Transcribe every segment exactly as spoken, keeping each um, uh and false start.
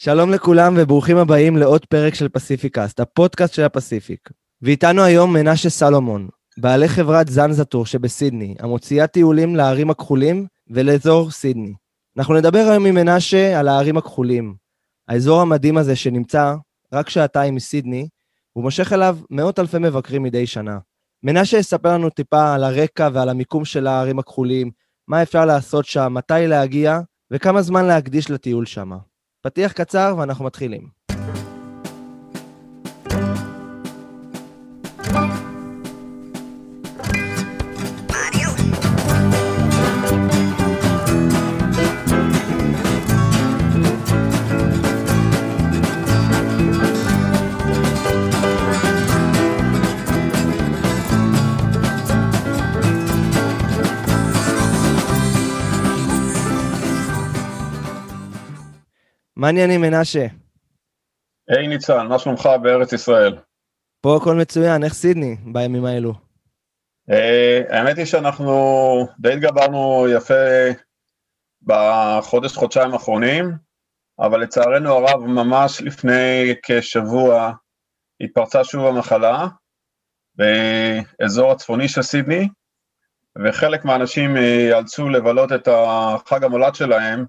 שלום לכולם וברוכים הבאים לעוד פרק של פסיפיקאסט, הפודקאסט של הפסיפיק. ואיתנו היום מנשה סלומון, בעלי חברת זנזטור שבסידני, המוציאה טיולים לערים הכחולים ולאזור סידני. אנחנו נדבר היום עם מנשה על הערים הכחולים, האזור המדהים הזה שנמצא רק שעתיים מסידני, הוא מושך אליו מאות אלפי מבקרים מדי שנה. מנשה יספר לנו טיפה על הרקע ועל המיקום של הערים הכחולים, מה אפשר לעשות שם, מתי להגיע וכמה זמן להקדיש לטיול שם. פתיח קצר ואנחנו מתחילים. מה עניינים מנשה? היי ניצן, מה שלומך בארץ ישראל? פה הכל מצוין, איך סידני בימים האלו? האמת היא שאנחנו די התגברנו יפה בחודש חודשיים האחרונים, אבל לצערנו הרב ממש לפני כשבוע התפרצה שוב המחלה באזור הצפוני של סידני, וחלק מהאנשים יאלצו לבלות את החג המולד שלהם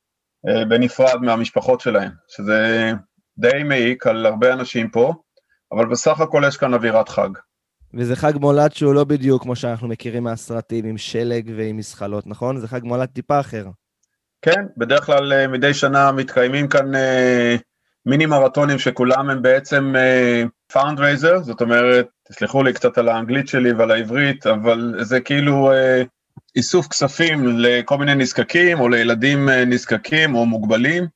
בנפרד מהמשפחות שלהם, שזה די מעיק על הרבה אנשים פה, אבל בסך הכל יש כאן אווירת חג. וזה חג מולד שהוא לא בדיוק כמו שאנחנו מכירים מהסרטים, עם שלג ועם מסחלות, נכון? זה חג מולד טיפה אחר. כן, בדרך כלל מדי שנה מתקיימים כאן אה, מיני מרתונים שכולם הם בעצם אה, fundraiser, זאת אומרת, תסלחו לי קצת על האנגלית שלי ועל העברית, אבל זה כאילו אה, איסוף כספים לכל מיני נזקקים, או לילדים נזקקים או מוגבלים,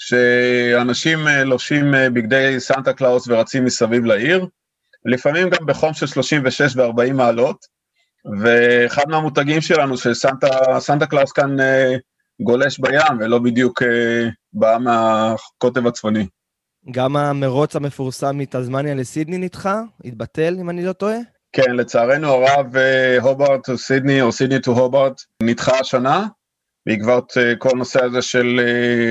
שאנשים לובשים בגדי סנטה קלאוס ורצים מסביב לעיר, לפעמים גם בחום של שלושים ושש ו-ארבעים מעלות, ואחד מהמותגים שלנו שסנטה סנטה קלאוס כאן גולש בים, ולא בדיוק בא מהקוטב הצפוני. גם המרוץ המפורסם מתזמניה לסידני נדחה? התבטל אם אני לא טועה? כן, לצערנו הרב, הוברט טו סידני או סידני טו הוברט נדחה השנה, בעקבות כל נושא הזה של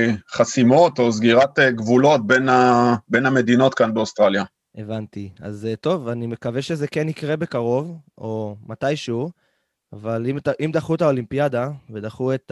חסימות או סגירת גבולות בין, ה, בין המדינות כאן באוסטרליה. הבנתי. אז טוב, אני מקווה שזה כן יקרה בקרוב, או מתישהו, אבל אם, אם דחו את האולימפיאדה ודחו את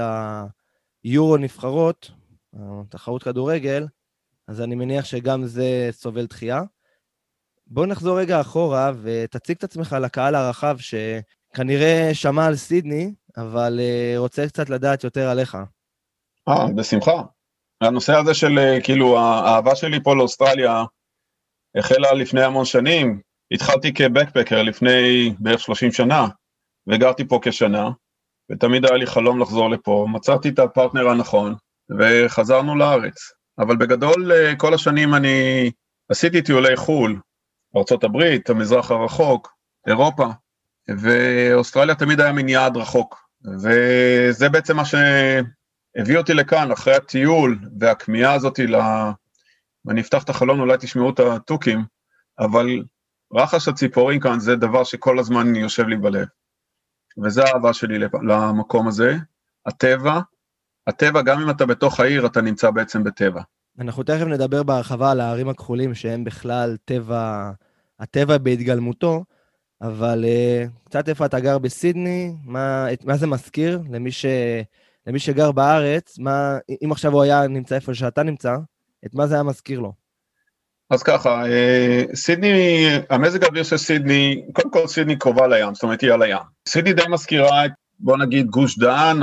היורו נבחרות, תחרות כדורגל, אז אני מניח שגם זה סובל דחייה. בואו נחזור רגע אחורה ותציג את עצמך לקהל הרחב שכנראה שמע על סידני, אבל רוצה קצת לדעת יותר עליך. אה, בשמחה. הנושא הזה של כאילו האהבה שלי פה לאוסטרליה החלה לפני המון שנים. התחלתי כבקפקר לפני בערך שלושים שנה, וגרתי פה כשנה, ותמיד היה לי חלום לחזור לפה. מצאתי את הפרטנר הנכון, וחזרנו לארץ. אבל בגדול כל השנים אני עשיתי טיולי חול, ארצות הברית, המזרח הרחוק, אירופה, ואוסטרליה תמיד היה מין יעד רחוק, וזה בעצם מה שהביא אותי לכאן, אחרי הטיול והכמיהה הזאת, לה... ואני אפתח את החלון, אולי תשמעו את הטוקים, אבל רחש הציפורים כאן זה דבר שכל הזמן יושב לי בלב, וזה האהבה שלי למקום הזה, הטבע, הטבע גם אם אתה בתוך העיר, אתה נמצא בעצם בטבע. אנחנו תכף נדבר בהרחבה על הערים הכחולים, שהם בכלל טבע, הטבע בהתגלמותו, אבל uh, קצת איפה אתה גר בסידני, מה, את, מה זה מזכיר למי, ש, למי שגר בארץ, מה, אם עכשיו הוא היה נמצא איפה שאתה נמצא, את מה זה היה מזכיר לו? אז ככה, סידני, המזג האוויר של סידני, קודם כל סידני קרובה לים, זאת אומרת היא על הים. סידני די מזכירה את, בוא נגיד, גוש דן,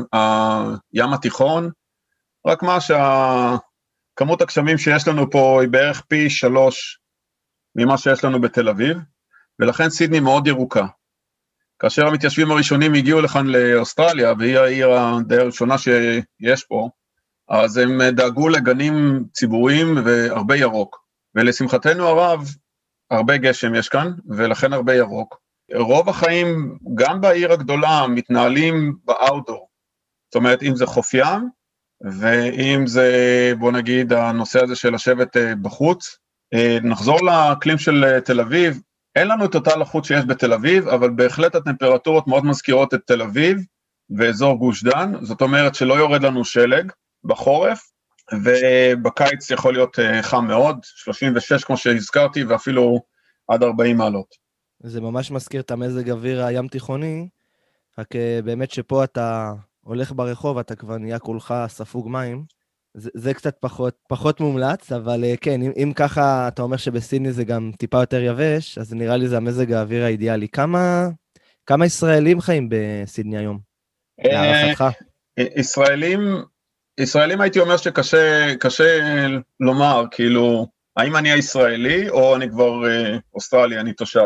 הים התיכון, רק מה שהכמות הגשמים שיש לנו פה היא בערך פי שלוש ממה שיש לנו בתל אביב, ולכן סידני מאוד ירוקה. כאשר המתיישבים הראשונים הגיעו לכאן לאוסטרליה, והיא העיר הדי הראשונה שיש פה, אז הם דאגו לגנים ציבוריים והרבה ירוק. ולשמחתנו הרב, הרבה גשם יש כאן, ולכן הרבה ירוק. רוב החיים, גם בעיר הגדולה, מתנהלים באאוטדור. זאת אומרת, אם זה חוף ים, ואם זה, בוא נגיד, הנושא הזה של לשבת בחוץ. נחזור לאקלים של תל אביב, אין לנו את אותה לחות שיש בתל אביב, אבל בהחלט הטמפרטורות מאוד מזכירות את תל אביב, ואזור גוש דן, זאת אומרת שלא יורד לנו שלג בחורף, ובקיץ יכול להיות חם מאוד, שלושים ושש כמו שהזכרתי, ואפילו עד ארבעים מעלות. זה ממש מזכיר את המזג אוויר הים תיכוני, רק באמת שפה אתה הולך ברחוב, אתה כבר נהיה כולך ספוג מים, זה, זה קצת פחות, פחות מומלץ, אבל כן, אם, אם ככה אתה אומר שבסידני זה גם טיפה יותר יבש, אז נראה לי זה המזג האוויר האידיאלי. כמה, כמה ישראלים חיים בסידני היום, להערכתך? ישראלים, ישראלים הייתי אומר שקשה קשה לומר, כאילו, האם אני הישראלי או אני כבר אוסטרלי, אני תושב.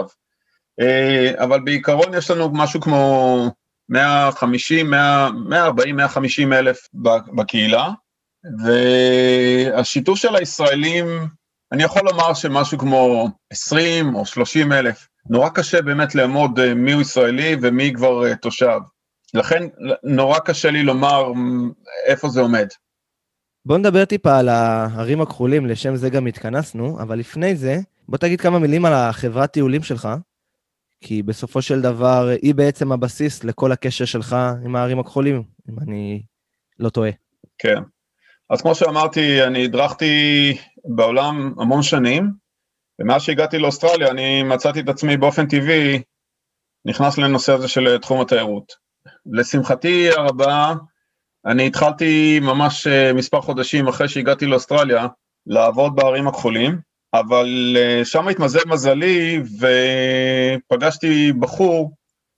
אבל בעיקרון יש לנו משהו כמו מאה וחמישים, מאה וארבעים, מאה וחמישים אלף בקהילה, והשיתוף של הישראלים, אני יכול לומר שמשהו כמו עשרים או שלושים אלף, נורא קשה באמת לעמוד מי הוא ישראלי ומי כבר תושב. לכן נורא קשה לי לומר איפה זה עומד. בוא נדבר טיפה על הערים הכחולים, לשם זה גם התכנסנו, אבל לפני זה, בוא תגיד כמה מילים על החברת טיולים שלך, כי בסופו של דבר היא בעצם הבסיס לכל הקשר שלך עם הערים הכחולים, אם אני לא טועה. כן, אז כמו שאמרתי, אני הדרכתי בעולם המון שנים, ומאז שהגעתי לאוסטרליה אני מצאתי את עצמי באופן טבעי, נכנס לנושא הזה של תחום התיירות. לשמחתי הרבה, אני התחלתי ממש מספר חודשים אחרי שהגעתי לאוסטרליה, לעבוד בערים הכחולים, אבל שם התמזל מזלי, ופגשתי בחור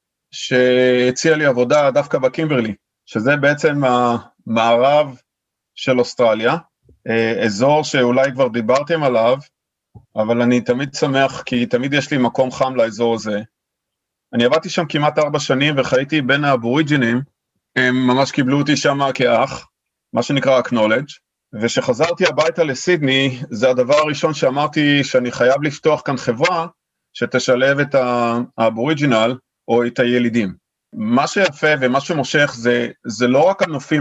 שהציע לי עבודה דווקא בקימברלי, שזה בעצם המערב של אוסטרליה, אזור שאולי כבר דיברתם עליו, אבל אני תמיד שמח, כי תמיד יש לי מקום חם לאזור הזה. אני עבדתי שם כמעט ארבע שנים, וחייתי בין האבוריג'ינים, הם ממש קיבלו אותי שם כאח, מה שנקרא acknowledge, ושחזרתי הביתה לסידני, זה הדבר הראשון שאמרתי שאני חייב לפתוח כאן חברה, שתשלב את האבוריג'ינל או את הילידים. מה שיפה ומה שמושך זה, זה לא רק הנופים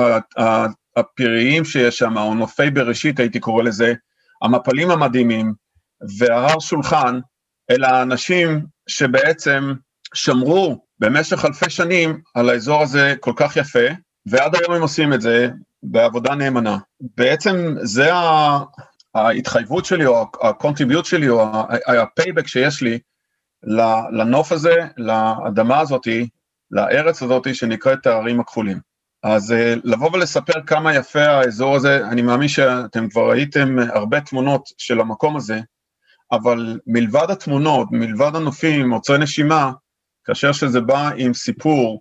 הפראיים שיש שם, או נופי בראשית הייתי קורא לזה, המפלים המדהימים וההר שולחן, אלא האנשים שבעצם שמרו במשך אלפי שנים על האזור הזה כל כך יפה, ועד היום הם עושים את זה בעבודה נאמנה. בעצם זה ההתחייבות שלי, או הקונטריביוט שלי, או הפייבק שיש לי לנוף הזה, לאדמה הזאת, לארץ הזאת שנקראת הערים הכחולים. אז לבוא ולספר כמה יפה האזור הזה, אני מאמין שאתם כבר ראיתם הרבה תמונות של המקום הזה, אבל מלבד התמונות, מלבד הנופים, מוצרי נשימה, כאשר שזה בא עם סיפור,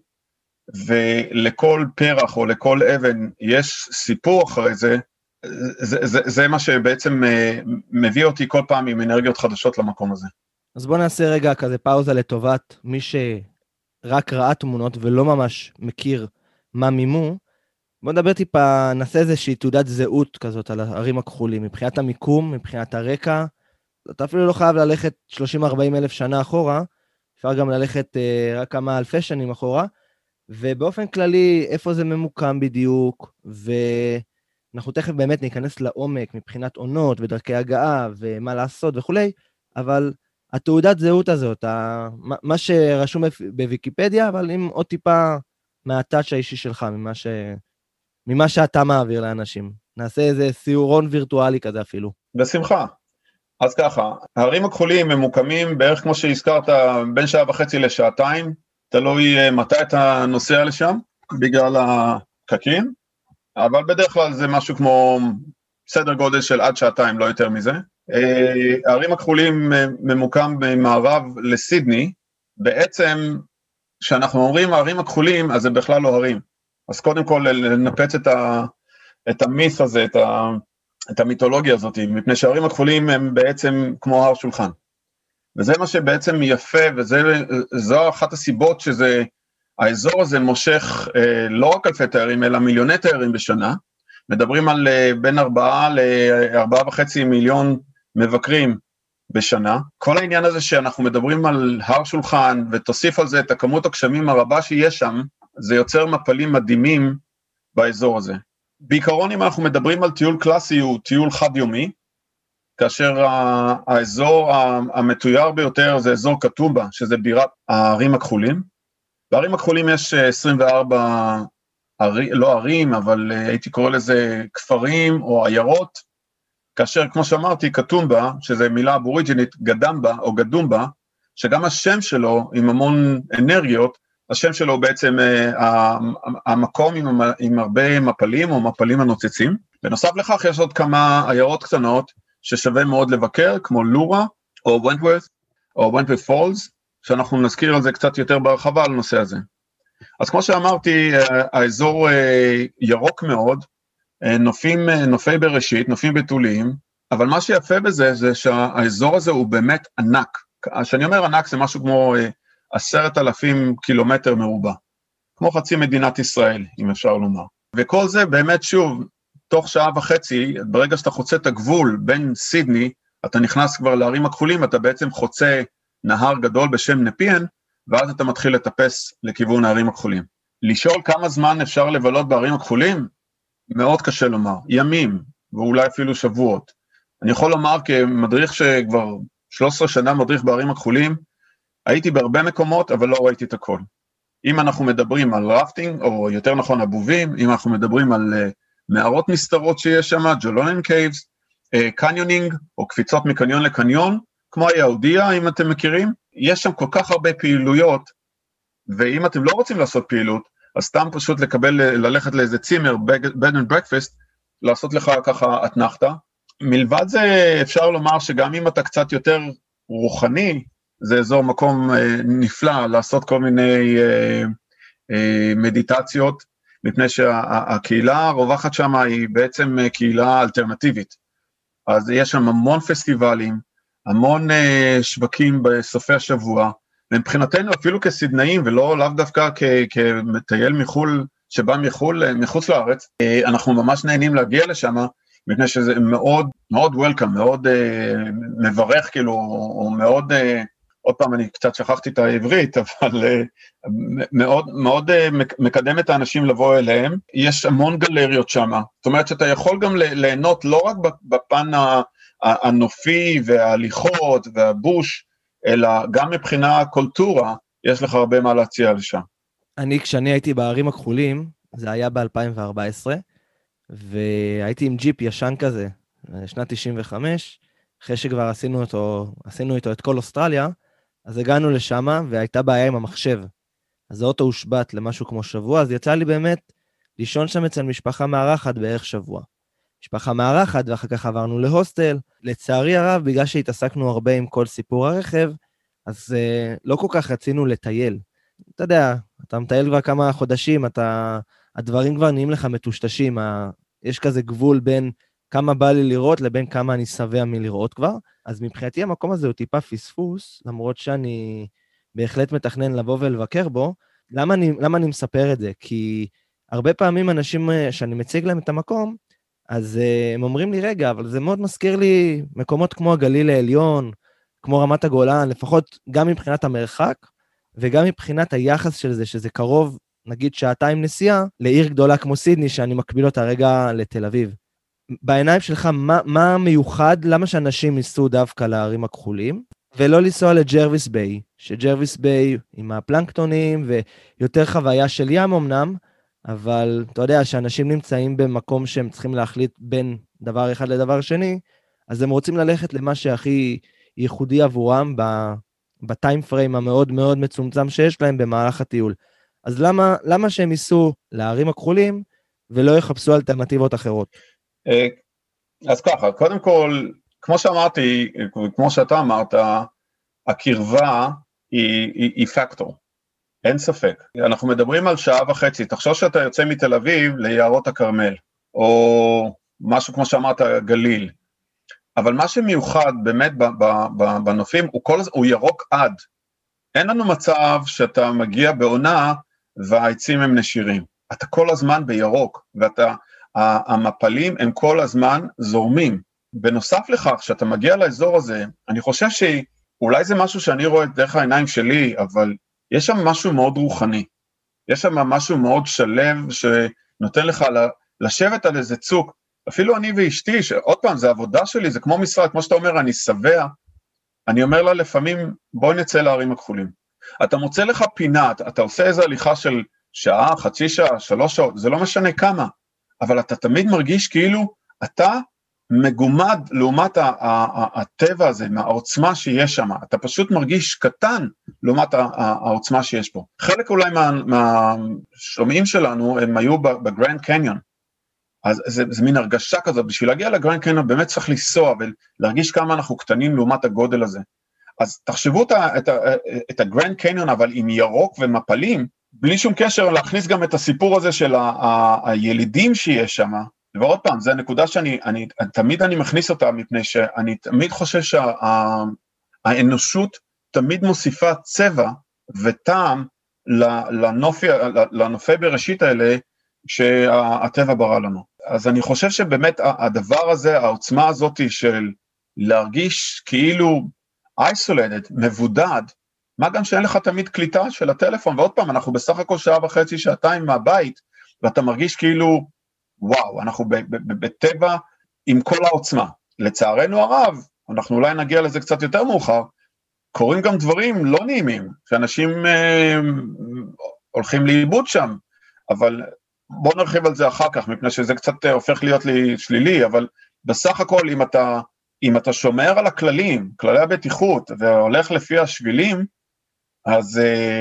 ולכל פרח או לכל אבן יש סיפור אחרי זה, זה, זה, זה מה שבעצם מביא אותי כל פעם עם אנרגיות חדשות למקום הזה. אז בוא נעשה רגע כזה פאוזה לטובת מי שרק ראה תמונות ולא ממש מכיר מה מימו. בוא נדבר טיפה, נעשה איזושהי תעודת זהות כזאת על הערים הכחולים, מבחינת המיקום, מבחינת הרקע, אתה אפילו לא חייב ללכת שלושים ארבעים אלף שנה אחורה, אפשר גם ללכת uh, רק כמה אלפי שנים אחורה, ובאופן כללי איפה זה ממוקם בדיוק, ואנחנו תכף באמת ניכנס לעומק מבחינת עונות ודרכי הגעה ומה לעשות וכו', אבל התעודת זהות הזאת, ה... מה שרשום בוויקיפדיה, אבל עם עוד טיפה מהטאץ' האישי שלך, ממה, ש... ממה שאתה מעביר לאנשים. נעשה איזה סיורון וירטואלי כזה אפילו. בשמחה. אז ככה, הערים הכחולים ממוקמים בערך כמו שהזכרת בין שעה וחצי לשעתיים, תלוי מתי אתה נוסע לשם, בגלל הפקקים, אבל בדרך כלל זה משהו כמו סדר גודל של עד שעתיים, לא יותר מזה. הערים הכחולים ממוקם במערב לסידני, בעצם כשאנחנו אומרים הערים הכחולים, אז זה בכלל לא הרים. אז קודם כל לנפץ את, ה, את המית' הזה, את, ה, את המיתולוגיה הזאת, מפני שהערים הכחולים הם בעצם כמו הר שולחן. וזה מה שבעצם יפה, וזו אחת הסיבות שזה, האזור הזה מושך אה, לא רק אלפי תיירים, אלא מיליוני תיירים בשנה, מדברים על אה, בין ארבעה לארבעה וחצי מיליון מבקרים בשנה. כל העניין הזה שאנחנו מדברים על הר שולחן, ותוסיף על זה את הכמות הגשמים הרבה שיש שם, זה יוצר מפלים מדהימים באזור הזה. בעיקרון אם אנחנו מדברים על טיול קלאסי, הוא טיול חד יומי, כאשר האזור המתויר ביותר זה אזור קטומבה, שזה בירת הערים הכחולים. בערים הכחולים יש עשרים וארבע ערי, לא ערים, אבל הייתי קורא לזה כפרים או עיירות, כאשר כמו שאמרתי, קטומבה, שזה מילה אבוריג'ינית, גדמבה או גדומבה, שגם השם שלו עם המון אנרגיות, השם שלו בעצם אה, המקום עם, עם הרבה מפלים או מפלים הנוצצים. בנוסף לכך יש עוד כמה עיירות קטנות ששווה מאוד לבקר, כמו לורה או ונטוורת' או ונטוורת' פולס, שאנחנו נזכיר על זה קצת יותר בהרחבה על הנושא הזה. אז כמו שאמרתי, האזור ירוק מאוד, נופים, נופי בראשית, נופים בתוליים, אבל מה שיפה בזה זה שהאזור הזה הוא באמת ענק. כשאני אומר ענק זה משהו כמו עשרת אלפים קילומטר מרובע, כמו חצי מדינת ישראל, אם אפשר לומר. וכל זה באמת שוב, תוך שעה וחצי, ברגע שאתה חוצה את הגבול בין סידני, אתה נכנס כבר לערים הכחולים, אתה בעצם חוצה נהר גדול בשם נפיאן, ואז אתה מתחיל לטפס לכיוון הערים הכחולים. לשאול כמה זמן אפשר לבלות בערים הכחולים, מאוד קשה לומר, ימים, ואולי אפילו שבועות. אני יכול לומר כמדריך שכבר שלוש עשרה שנה מדריך בערים הכחולים, הייתי בהרבה מקומות, אבל לא ראיתי את הכל. אם אנחנו מדברים על רפטינג, או יותר נכון אבובים, אם אנחנו מדברים על uh, מערות מסתרות שיש שם, ג'ולונן קייבס, uh, קניונינג, או קפיצות מקניון לקניון, כמו היהודיה, אם אתם מכירים, יש שם כל כך הרבה פעילויות, ואם אתם לא רוצים לעשות פעילות, אז סתם פשוט לקבל, ללכת לאיזה צימר, bed and breakfast, לעשות לך ככה אתנחתה. מלבד זה אפשר לומר שגם אם אתה קצת יותר רוחני, זה אזור מקום אה, נפלא לעשות כל מיני אה, אה, מדיטציות, מפני שהקהילה הרווחת שם היא בעצם קהילה אלטרנטיבית. אז יש שם המון פסטיבלים, המון אה, שווקים בסופי השבוע, ומבחינתנו אפילו כסדנאים, ולא לאו דווקא כ, כמטייל מחול, שבא מחול, מחוץ לארץ, אה, אנחנו ממש נהנים להגיע לשם, מפני שזה מאוד, מאוד welcome, מאוד אה, מברך, כאילו, או מאוד, אה, עוד פעם אני קצת שכחתי את העברית, אבל אה, מאוד, מאוד אה, מקדם את האנשים לבוא אליהם, יש המון גלריות שם, זאת אומרת שאתה יכול גם ליהנות לא רק בפן הנופי וההליכות והבוש, אלא גם מבחינה קולטורה, יש לך הרבה מה להציע לשם. אני, כשאני הייתי בערים הכחולים, זה היה ב-אלפיים וארבע עשרה, והייתי עם ג'יפ ישן כזה, שנת תשעים וחמש, אחרי שכבר עשינו אותו, עשינו איתו את כל אוסטרליה, אז הגענו לשם, והייתה בעיה עם המחשב. אז האוטו הושבת למשהו כמו שבוע, אז יצא לי באמת לישון שם אצל משפחה מארחת בערך שבוע. משפחה מארחת, ואחר כך עברנו להוסטל. לצערי הרב, בגלל שהתעסקנו הרבה עם כל סיפור הרכב, אז uh, לא כל כך רצינו לטייל. אתה יודע, אתה מטייל כבר כמה חודשים, אתה, הדברים כבר נהיים לך מטושטשים, ה, יש כזה גבול בין כמה בא לי לראות, לבין כמה אני שבע מלראות כבר. אז מבחינתי המקום הזה הוא טיפה פספוס, למרות שאני בהחלט מתכנן לבוא ולבקר בו. למה אני, למה אני מספר את זה? כי הרבה פעמים אנשים שאני מציג להם את המקום, אז uh, הם אומרים לי, רגע, אבל זה מאוד מזכיר לי מקומות כמו הגליל העליון, כמו רמת הגולן, לפחות גם מבחינת המרחק, וגם מבחינת היחס של זה, שזה קרוב, נגיד שעתיים נסיעה, לעיר גדולה כמו סידני, שאני מקביל אותה רגע לתל אביב. בעיניים שלך, מה, מה מיוחד, למה שאנשים ייסעו דווקא לערים הכחולים, ולא לנסוע לג'רוויס ביי, שג'רוויס ביי עם הפלנקטונים, ויותר חוויה של ים אמנם, אבל אתה יודע שאנשים נמצאים במקום שהם צריכים להחליט בין דבר אחד לדבר שני, אז הם רוצים ללכת למה שהכי ייחודי עבורם בטיים פריים המאוד מאוד מצומצם שיש להם במהלך הטיול. אז למה, למה שהם ייסעו לערים הכחולים ולא יחפשו אלטרנטיבות אחרות? אז ככה, קודם כל, כמו שאמרתי, כמו שאתה אמרת, הקרבה היא, היא, היא פקטור. אין ספק. אנחנו מדברים על שעה וחצי, תחשוב שאתה יוצא מתל אביב ליערות הכרמל, או משהו כמו שאמרת, גליל. אבל מה שמיוחד באמת בנופים, הוא, כל, הוא ירוק עד. אין לנו מצב שאתה מגיע בעונה, והעצים הם נשירים. אתה כל הזמן בירוק, והמפלים הם כל הזמן זורמים. בנוסף לכך, שאתה מגיע לאזור הזה, אני חושב שאולי זה משהו שאני רואה דרך העיניים שלי, אבל יש שם משהו מאוד רוחני, יש שם משהו מאוד שלב, שנותן לך לשבת על איזה צוק, אפילו אני ואשתי, שעוד פעם, זה עבודה שלי, זה כמו משרד, כמו שאתה אומר, אני שבע, אני אומר לה לפעמים, בואי נצא לערים הכחולים. אתה מוצא לך פינה, אתה עושה איזו הליכה של שעה, חצי שעה, שלוש שעות, זה לא משנה כמה, אבל אתה תמיד מרגיש כאילו אתה מגומד לעומת הטבע הזה, מהעוצמה שיש שם, אתה פשוט מרגיש קטן לעומת העוצמה שיש פה. חלק אולי מהשומעים שלנו, הם היו בגרנד קניון, אז זה, זה מין הרגשה כזאת, בשביל להגיע לגרנד קניון באמת צריך לנסוע, ולהרגיש כמה אנחנו קטנים לעומת הגודל הזה. אז תחשבו את, את הגרנד קניון, אבל עם ירוק ומפלים, בלי שום קשר להכניס גם את הסיפור הזה של ה, ה, הילידים שיש שם, ועוד פעם, זו הנקודה שאני, אני, תמיד אני מכניס אותה, מפני שאני תמיד חושב שהאנושות תמיד מוסיפה צבע וטעם לנופי, לנופי בראשית האלה, שהטבע ברא לנו. אז אני חושב שבאמת הדבר הזה, העוצמה הזאת של להרגיש כאילו isolated, מבודד, מה גם שאין לך תמיד קליטה של הטלפון, ועוד פעם, אנחנו בסך הכל שעה וחצי, שעתיים מהבית, ואתה מרגיש כאילו, וואו, אנחנו בטבע עם כל העוצמה. לצערנו הרב, אנחנו אולי נגיע לזה קצת יותר מאוחר, קורים גם דברים לא נעימים, שאנשים אה, הולכים לאיבוד שם, אבל בוא נרחיב על זה אחר כך, מפני שזה קצת הופך להיות לי שלילי, אבל בסך הכל אם אתה, אם אתה שומר על הכללים, כללי הבטיחות, והולך לפי השבילים, אז,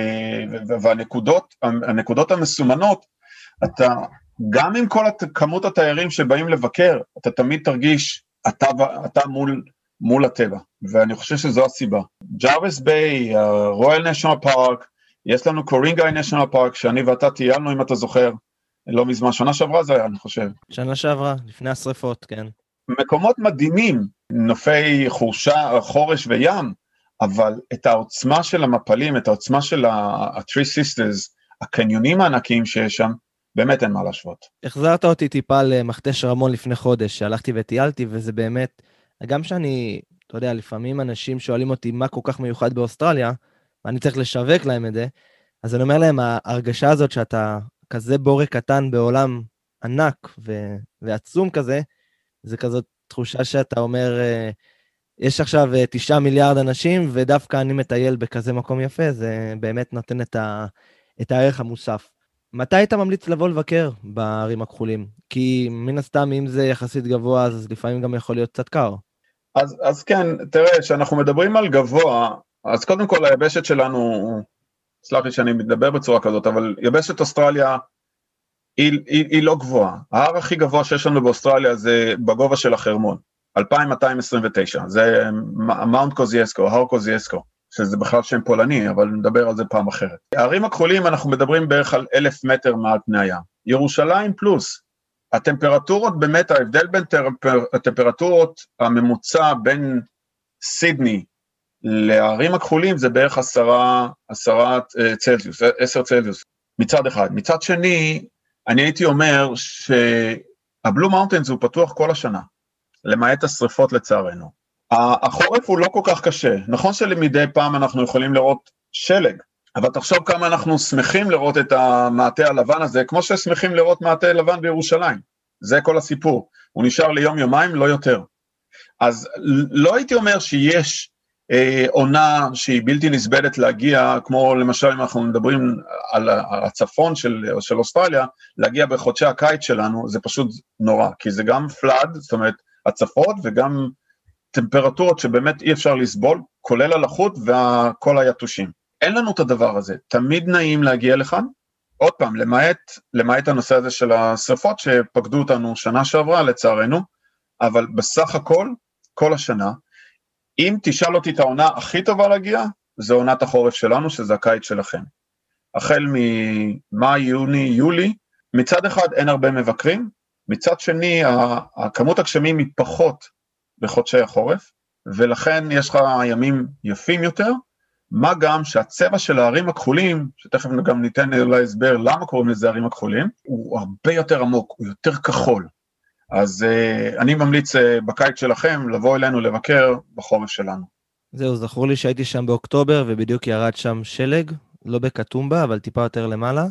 והנקודות, הנקודות המסומנות, אתה, גם עם כל כמות התיירים שבאים לבקר, אתה תמיד תרגיש, אתה, אתה מול, מול הטבע, ואני חושב שזו הסיבה. ג'רוויס ביי, רויאל נשיונל פארק, יש לנו קורינגאי נשיונל פארק, שאני ואתה טיילנו, אם אתה זוכר, לא מזמן, שנה שעברה זה היה, אני חושב. שנה שעברה, לפני השריפות, כן. מקומות מדהימים, נופי חורשה, חורש וים, אבל את העוצמה של המפלים, את העוצמה של ה-Three Sisters, הקניונים הענקיים שיש שם, באמת אין מה להשוות. החזרת אותי טיפה למכתש רמון לפני חודש, שהלכתי וטיילתי, וזה באמת, גם שאני, אתה יודע, לפעמים אנשים שואלים אותי מה כל כך מיוחד באוסטרליה, ואני צריך לשווק להם את זה, אז אני אומר להם, ההרגשה הזאת שאתה כזה בורק קטן בעולם ענק ו- ועצום כזה, זה כזאת תחושה שאתה אומר, יש עכשיו תשעה מיליארד אנשים, ודווקא אני מטייל בכזה מקום יפה, זה באמת נותן את, ה- את הערך המוסף. מתי היית ממליץ לבוא לבקר בערים הכחולים? כי מן הסתם, אם זה יחסית גבוה, אז לפעמים גם יכול להיות קצת קר. אז, אז כן, תראה, שאנחנו מדברים על גבוה, אז קודם כל היבשת שלנו, סלח לי שאני מדבר בצורה כזאת, אבל יבשת אוסטרליה היא, היא, היא לא גבוהה. ההר הכי גבוה שיש לנו באוסטרליה זה בגובה של החרמון, אלפיים מאתיים עשרים ותשע, זה מאונט קוזייסקו, הר קוזייסקו, שזה בכלל שם פולני, אבל נדבר על זה פעם אחרת. הערים הכחולים אנחנו מדברים בערך על אלף מטר מעל פני הים. ירושלים פלוס, הטמפרטורות באמת, ההבדל בין הטמפרטורות הממוצע בין סידני לערים הכחולים זה בערך עשרה, עשרה צלזיוס, עשר צלזיוס, מצד אחד. מצד שני, אני הייתי אומר שהבלו מאונטנס הוא פתוח כל השנה, למעט השריפות לצערנו. החורף הוא לא כל כך קשה, נכון שלמדי פעם אנחנו יכולים לראות שלג, אבל תחשוב כמה אנחנו שמחים לראות את המעטה הלבן הזה, כמו ששמחים לראות מעטה לבן בירושלים, זה כל הסיפור, הוא נשאר ליום יומיים, לא יותר. אז לא הייתי אומר שיש אה, עונה שהיא בלתי נסבלת להגיע, כמו למשל אם אנחנו מדברים על, על הצפון של, של אוסטרליה, להגיע בחודשי הקיץ שלנו, זה פשוט נורא, כי זה גם פלאד, זאת אומרת הצפות וגם טמפרטורות שבאמת אי אפשר לסבול, כולל הלחות וכל היתושים. אין לנו את הדבר הזה, תמיד נעים להגיע לכאן, עוד פעם, למעט, למעט הנושא הזה של השריפות שפקדו אותנו שנה שעברה לצערנו, אבל בסך הכל, כל השנה, אם תשאל אותי את העונה הכי טובה להגיע, זה עונת החורף שלנו, שזה הקיץ שלכם. החל ממאי, יוני, יולי, מצד אחד אין הרבה מבקרים, מצד שני, הכמות הגשמים היא פחות בחודשי החורף, ולכן יש לך ימים יפים יותר, מה גם שהצבע של הערים הכחולים, שתכף גם ניתן אולי הסבר למה קוראים לזה הערים הכחולים, הוא הרבה יותר עמוק, הוא יותר כחול. אז uh, אני ממליץ uh, בקיץ שלכם לבוא אלינו לבקר בחורף שלנו. זהו, זכור לי שהייתי שם באוקטובר, ובדיוק ירד שם שלג, לא בקטומבה, אבל טיפה יותר למעלה,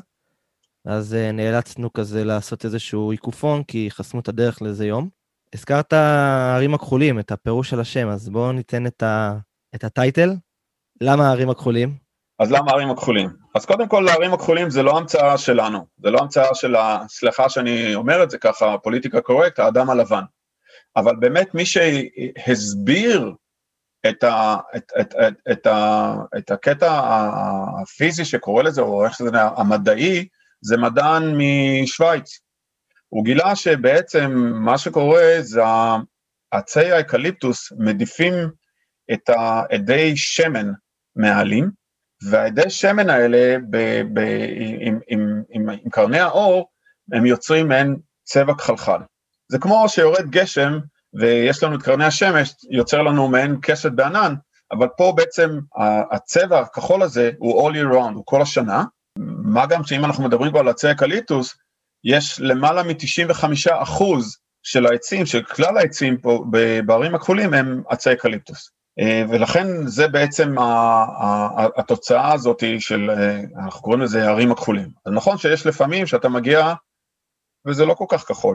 אז uh, נאלצנו כזה לעשות איזשהו עיקופון, כי חסמו את הדרך לאיזה יום. הזכרת הערים הכחולים, את הפירוש של השם, אז בואו ניתן את, ה... את הטייטל. למה הערים הכחולים? אז למה הערים הכחולים? אז קודם כל, הערים הכחולים זה לא המצאה שלנו, זה לא המצאה של, סליחה שאני אומר את זה ככה, פוליטיקה קורקט, האדם הלבן. אבל באמת מי שהסביר את, ה, את, את, את, את, ה, את הקטע הפיזי שקורא לזה, או איך שזה המדעי, זה מדען משוויץ. הוא גילה שבעצם מה שקורה זה עצי האקליפטוס מדיפים את העדי שמן מעלים, והעדי שמן האלה ב, ב, עם, עם, עם, עם קרני האור, הם יוצרים מעין צבע כחלחל. זה כמו שיורד גשם, ויש לנו את קרני השמש, יוצר לנו מעין קשת בענן, אבל פה בעצם הצבע הכחול הזה הוא all year round, הוא כל השנה, מה גם שאם אנחנו מדברים פה על עצי אקליפטוס, יש למעלה מ-תשעים וחמישה אחוז של העצים, של כלל העצים פה בערים הכחולים הם עצי אקליפטוס. ולכן זה בעצם התוצאה הזאת של, אנחנו קוראים לזה הערים הכחולים. אז נכון שיש לפעמים שאתה מגיע, וזה לא כל כך כחול,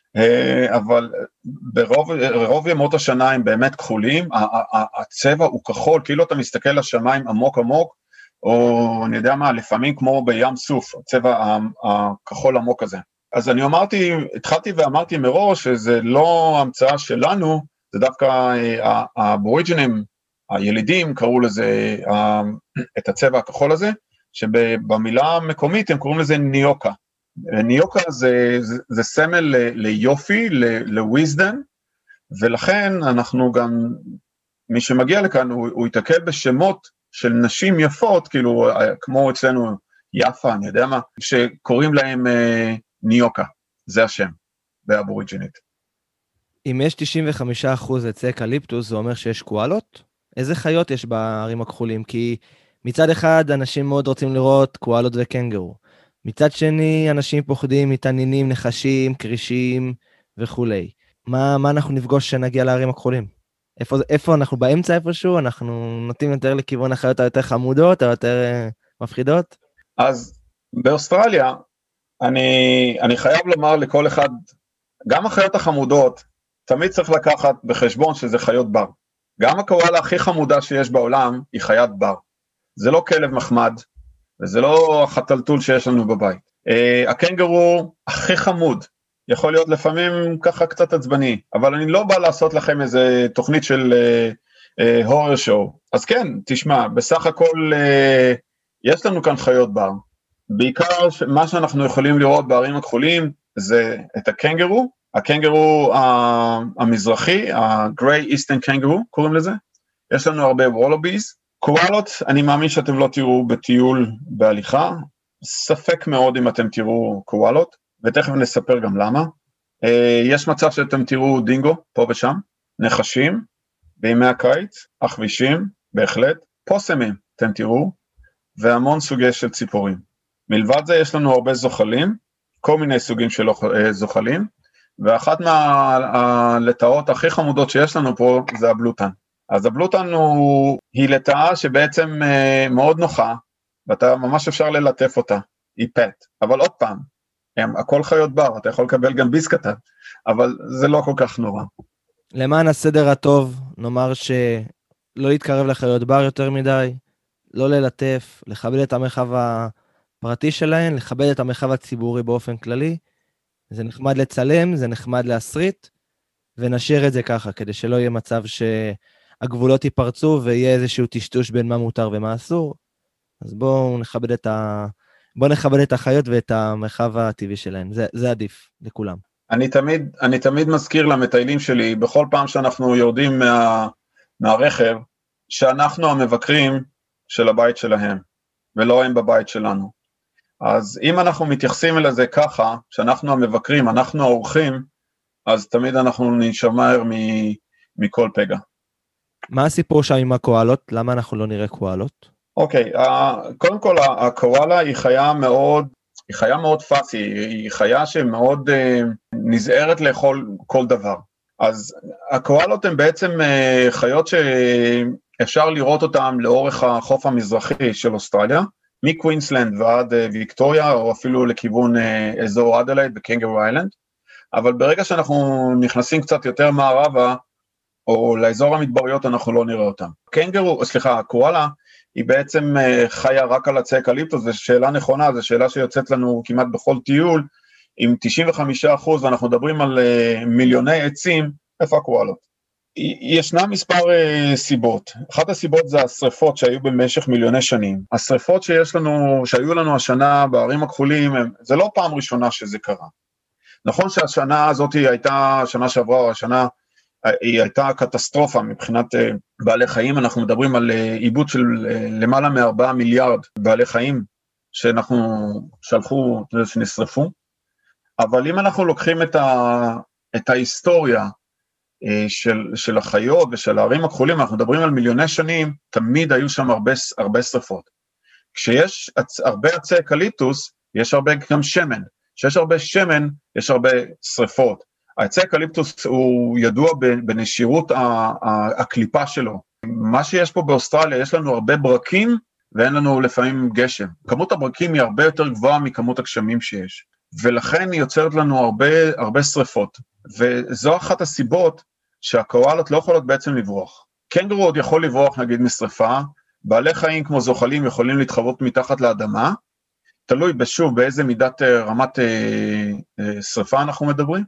אבל ברוב, רוב ימות השנה הם באמת כחולים, הצבע הוא כחול, כאילו אתה מסתכל לשמיים עמוק עמוק, או אני יודע מה, לפעמים כמו בים סוף, הצבע הכחול עמוק הזה. אז אני אמרתי, התחלתי ואמרתי מראש שזה לא המצאה שלנו, זה דווקא האבוריג'ינים, הילידים קראו לזה, את הצבע הכחול הזה, שבמילה המקומית הם קוראים לזה ניוקה. ניוקה זה, זה, זה סמל ל, ליופי, לוויזדן, ולכן אנחנו גם, מי שמגיע לכאן, הוא, הוא יתקל בשמות של נשים יפות, כאילו כמו אצלנו יפה, אני יודע מה, שקוראים להם אה, ניוקה, זה השם, באבוריג'ינית. אם יש תשעים וחמישה אחוז עצי אקליפטוס, זה אומר שיש קואלות? איזה חיות יש בערים הכחולים? כי מצד אחד אנשים מאוד רוצים לראות קואלות וקנגרו, מצד שני אנשים פוחדים מתעניינים, נחשים, קרישים וכו'. מה, מה אנחנו נפגוש שנגיע לערים הכחולים? איפה, איפה אנחנו באמצע איפשהו? אנחנו נוטים יותר לכיוון החיות היותר חמודות, או יותר uh, מפחידות? אז באוסטרליה, אני, אני חייב לומר לכל אחד, גם החיות החמודות, תמיד צריך לקחת בחשבון שזה חיות בר. גם הקואלה הכי חמודה שיש בעולם, היא חיית בר. זה לא כלב מחמד, וזה לא החתלתול שיש לנו בבית. Uh, הקנגרו הכי חמוד, יכול להיות לפעמים ככה קצת עצבני, אבל אני לא בא לעשות לכם איזה תוכנית של הורר uh, שואו. uh, אז כן, תשמע, בסך הכל uh, יש לנו כאן חיות בר. בעיקר מה שאנחנו יכולים לראות בערים הכחולים, זה את הקנגרו, הקנגרו uh, המזרחי, ה-Grey Eastern Kangaroo, קוראים לזה. יש לנו הרבה וולוביז. קואלות, אני מאמין שאתם לא תראו בטיול בהליכה, ספק מאוד אם אתם תראו קואלות, ותכף נספר גם למה. יש מצב שאתם תראו דינגו, פה ושם, נחשים, בימי הקיץ, אחבישים, בהחלט, פוסמים, אתם תראו, והמון סוגי של ציפורים. מלבד זה יש לנו הרבה זוחלים, כל מיני סוגים של זוחלים, ואחת מהלטאות הכי חמודות שיש לנו פה, זה הבלוטן. אז הבלוטן הוא, היא לטאה שבעצם אה, מאוד נוחה, ואתה ממש אפשר ללטף אותה, היא פט, אבל עוד פעם, הם, הכל חיות בר, אתה יכול לקבל גם ביס קטן, אבל זה לא כל כך נורא. למען הסדר הטוב, נאמר שלא להתקרב לחיות בר יותר מדי, לא ללטף, לכבד את המרחב הפרטי שלהן, לכבד את המרחב הציבורי באופן כללי, זה נחמד לצלם, זה נחמד להסריט, ונשאיר את זה ככה, כדי שלא יהיה מצב ש... הגבולות ייפרצו ויהיה איזשהו טשטוש בין מה מותר ומה אסור, אז בואו נכבד את ה... בואו נכבד את החיות ואת המרחב הטבעי שלהן, זה, זה עדיף לכולם. אני תמיד, אני תמיד מזכיר למטיילים שלי, בכל פעם שאנחנו יורדים מה, מהרכב, שאנחנו המבקרים של הבית שלהם, ולא הם בבית שלנו. אז אם אנחנו מתייחסים אל זה ככה, שאנחנו המבקרים, אנחנו האורחים, אז תמיד אנחנו נשמר מ, מכל פגע. מה הסיפור שם עם הקואלות? למה אנחנו לא נראה קואלות? אוקיי, קודם כל הקואלה היא חיה מאוד, היא חיה מאוד פאסי, היא חיה שמאוד נזהרת לאכול כל דבר. אז הקואלות הן בעצם חיות שאפשר לראות אותן לאורך החוף המזרחי של אוסטרליה, מקווינסלנד ועד ויקטוריה, או אפילו לכיוון אזור אדלייד בקנגרו איילנד, אבל ברגע שאנחנו נכנסים קצת יותר מערבה, או לאזור המדבריות אנחנו לא נראה אותם. קנגרו, סליחה, הקואלה, היא בעצם חיה רק על עצי אקליפטוס, זו שאלה נכונה, זו שאלה שיוצאת לנו כמעט בכל טיול, עם תשעים וחמישה אחוז, ואנחנו מדברים על מיליוני עצים, איפה הקואלות? ישנה מספר סיבות, אחת הסיבות זה השריפות שהיו במשך מיליוני שנים, השריפות שיש לנו, שהיו לנו השנה בערים הכחולים, זה לא פעם ראשונה שזה קרה, נכון שהשנה הזאת הייתה, שנה שעברה או השנה, היא הייתה קטסטרופה מבחינת בעלי חיים, אנחנו מדברים על עיבוד של למעלה מארבעה מיליארד בעלי חיים, שאנחנו שלחו, שנשרפו, אבל אם אנחנו לוקחים את, ה, את ההיסטוריה של, של החיות ושל הערים הכחולים, אנחנו מדברים על מיליוני שנים, תמיד היו שם הרבה, הרבה שריפות. כשיש הרבה עצי אקליפטוס, יש הרבה גם שמן, כשיש הרבה שמן, יש הרבה שריפות. העצי אקליפטוס הוא ידוע בנשירות הקליפה שלו. מה שיש פה באוסטרליה, יש לנו הרבה ברקים, ואין לנו לפעמים גשם. כמות הברקים היא הרבה יותר גבוהה מכמות הגשמים שיש. ולכן היא יוצרת לנו הרבה, הרבה שריפות. וזו אחת הסיבות שהקואלות לא יכולות בעצם לברוח. קנגרו עוד יכול לברוח נגיד משריפה, בעלי חיים כמו זוחלים יכולים להתחוות מתחת לאדמה, תלוי בשוב באיזה מידת רמת אה, אה, שריפה אנחנו מדברים,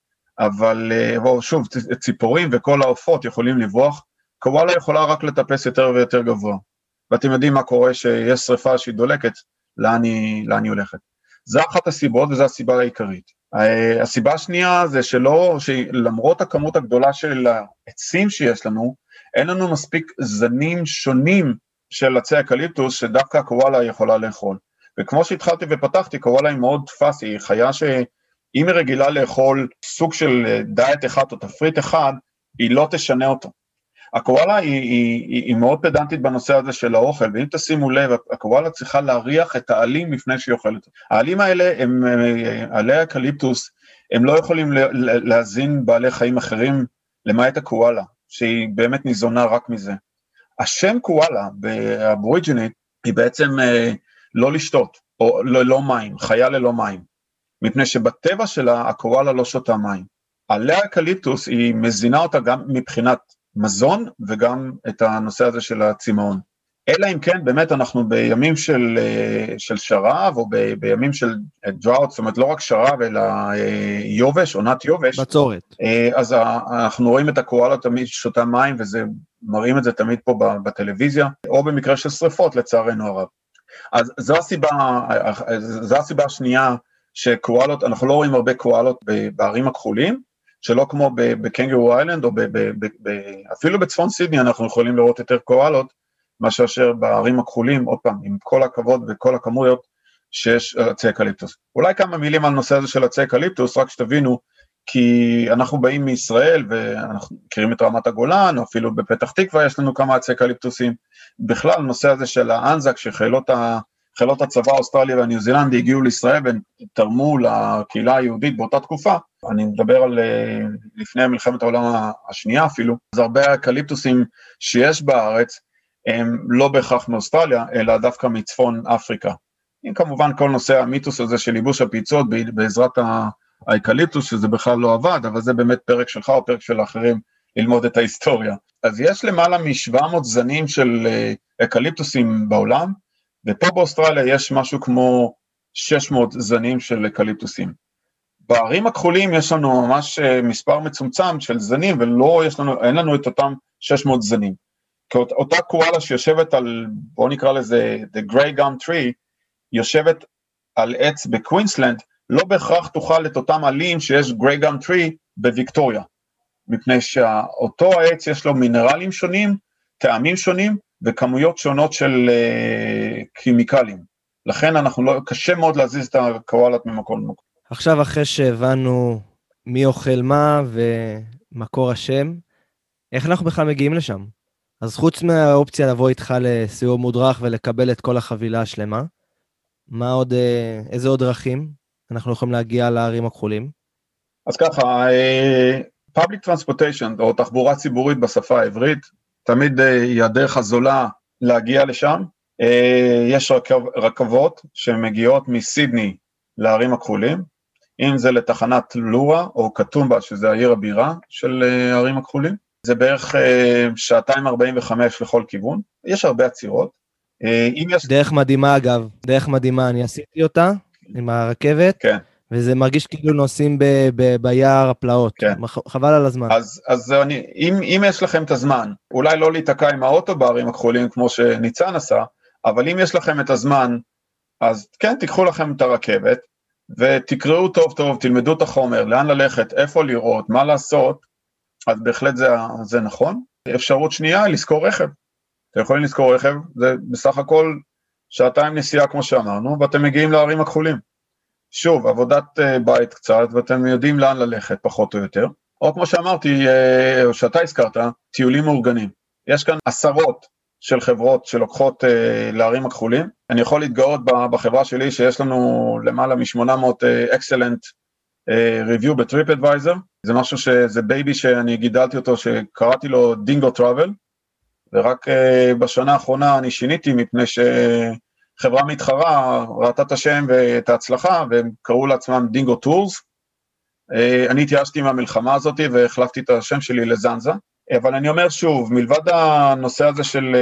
אבל אה, שוב ציפורים וכל העופות יכולים לברוח, קואלה יכולה רק לטפס יותר ויותר גבוה, ואתם יודעים מה קורה שיש שריפה שהיא דולקת, לאן היא, לאן היא הולכת. זו אחת הסיבות וזו הסיבה העיקרית. הסיבה השנייה זה שלא, שלמרות הכמות הגדולה של העצים שיש לנו, אין לנו מספיק זנים שונים של עצי אקליפטוס שדווקא הקואלה יכולה לאכול. וכמו שהתחלתי ופתחתי, קואלה היא מאוד פאסי, היא חיה שאם היא רגילה לאכול סוג של דיאט אחד או תפריט אחד, היא לא תשנה אותו. הקואלה היא, היא, היא, היא מאוד פדנטית בנושא הזה של האוכל, ואם תשימו לב, הקואלה צריכה להריח את העלים לפני שהיא אוכלת. העלים האלה, הם, עלי אקליפטוס, הם לא יכולים להזין בעלי חיים אחרים, למעט הקואלה, שהיא באמת ניזונה רק מזה. השם קואלה, באבוריג'ינית, היא בעצם לא לשתות, או ללא מים, חיה ללא מים, מפני שבטבע שלה, הקואלה לא שותה מים. עלי אקליפטוס, היא מזינה אותה גם מבחינת מזון, וגם את הנושא הזה של הצמאון. אלא אם כן, באמת אנחנו בימים של, של שרב, או ב, בימים של דראוט, זאת אומרת לא רק שרב, אלא יובש, עונת יובש. בצורת. אז אנחנו רואים את הקואלה תמיד שותה מים, וזה, מראים את זה תמיד פה בטלוויזיה, או במקרה של שריפות, לצערנו הרב. אז זו הסיבה, זו הסיבה השנייה, שקואלות, אנחנו לא רואים הרבה קואלות בערים הכחולים, שלא כמו בקנגרו איילנד, או ב, ב, ב, ב, אפילו בצפון סידני אנחנו יכולים לראות יותר קואלות, מה שאשר בערים הכחולים, עוד פעם, עם כל הכבוד וכל הכמויות שיש עצי אקליפטוס. אולי כמה מילים על נושא הזה של עצי אקליפטוס, רק שתבינו, כי אנחנו באים מישראל, ואנחנו מכירים את רמת הגולן, או אפילו בפתח תקווה יש לנו כמה עצי אקליפטוסים, בכלל נושא הזה של האנזק, שחילות ה... חילות הצבא האוסטרלי והניו זילנדי הגיעו לישראל ותרמו לקהילה היהודית באותה תקופה, אני מדבר על לפני מלחמת העולם השנייה אפילו, אז הרבה אקליפטוסים שיש בארץ, הם לא בהכרח מאוסטרליה, אלא דווקא מצפון אפריקה. עם כמובן כל נושא המיתוס הזה של ייבוש הפיצות בעזרת האקליפטוס, שזה בכלל לא עבד, אבל זה באמת פרק שלך או פרק של האחרים ללמוד את ההיסטוריה. אז יש למעלה מ-שבע מאות זנים של אקליפטוסים בעולם, ופה באוסטרליה יש משהו כמו שש מאות זנים של אקליפטוסים. בערים הכחולים יש לנו ממש מספר מצומצם של זנים, ולא יש לנו, אין לנו את אותם שש מאות זנים. כי אותה קואלה שיושבת על, בוא נקרא לזה, the gray gum tree, יושבת על עץ בקווינסלנד, לא בהכרח תוכל את אותם עלים שיש gray gum tree בוויקטוריה. מפני שאותו העץ יש לו מינרלים שונים, טעמים שונים, וכמויות שונות של uh, כימיקלים. לכן אנחנו לא, קשה מאוד להזיז את הקואלות ממקום למקום. עכשיו אחרי שהבנו מי אוכל מה ומקור השם, איך אנחנו בכלל מגיעים לשם? אז חוץ מהאופציה לבוא איתך לסיור מודרך ולקבל את כל החבילה השלמה, מה עוד, איזה עוד דרכים אנחנו יכולים להגיע לערים הכחולים? אז ככה, public transportation או תחבורה ציבורית בשפה העברית, תמיד היא הדרך הזולה להגיע לשם. יש רכב, רכבות שמגיעות מסידני לערים הכחולים, אם זה לתחנת לורה או קטומבה, שזה העיר הבירה של הערים הכחולים. זה בערך אה, שעתיים ארבעים וחמש לכל כיוון, יש הרבה עצירות. אה, אם יש... דרך מדהימה אגב, דרך מדהימה, אני עשיתי אותה עם הרכבת, כן. וזה מרגיש כאילו נוסעים ב- ב- ביער הפלאות, כן. חבל על הזמן. אז, אז אני, אם, אם יש לכם את הזמן, אולי לא להיתקע עם האוטו בערים הכחולים כמו שניצן עשה, אבל אם יש לכם את הזמן, אז כן, תיקחו לכם את הרכבת, ותקראו טוב טוב, תלמדו את החומר, לאן ללכת, איפה לראות, מה לעשות, אז בהחלט זה, זה נכון. אפשרות שנייה, לזכור רכב. אתם יכולים לזכור רכב, זה בסך הכל שעתיים נסיעה כמו שאמרנו, ואתם מגיעים לערים הכחולים. שוב, עבודת בית קצת, ואתם יודעים לאן ללכת, פחות או יותר. או כמו שאמרתי, או שאתה הזכרת, טיולים מאורגנים. יש כאן עשרות של חברות שלוקחות לערים הכחולים. אני יכול להתגאות בחברה שלי שיש לנו למעלה מ-שמונה מאות excellent review ב-TripAdvisor. זה משהו שזה בייבי שאני גידלתי אותו, שקראתי לו דינגו טראבל, ורק בשנה האחרונה אני שיניתי מפני שחברה מתחרה ראתה את השם ואת ההצלחה, והם קראו לעצמם דינגו טורס. אני התייאשתי מהמלחמה הזאת והחלפתי את השם שלי לזנזה. אבל אני אומר שוב, מלבד הנושא הזה של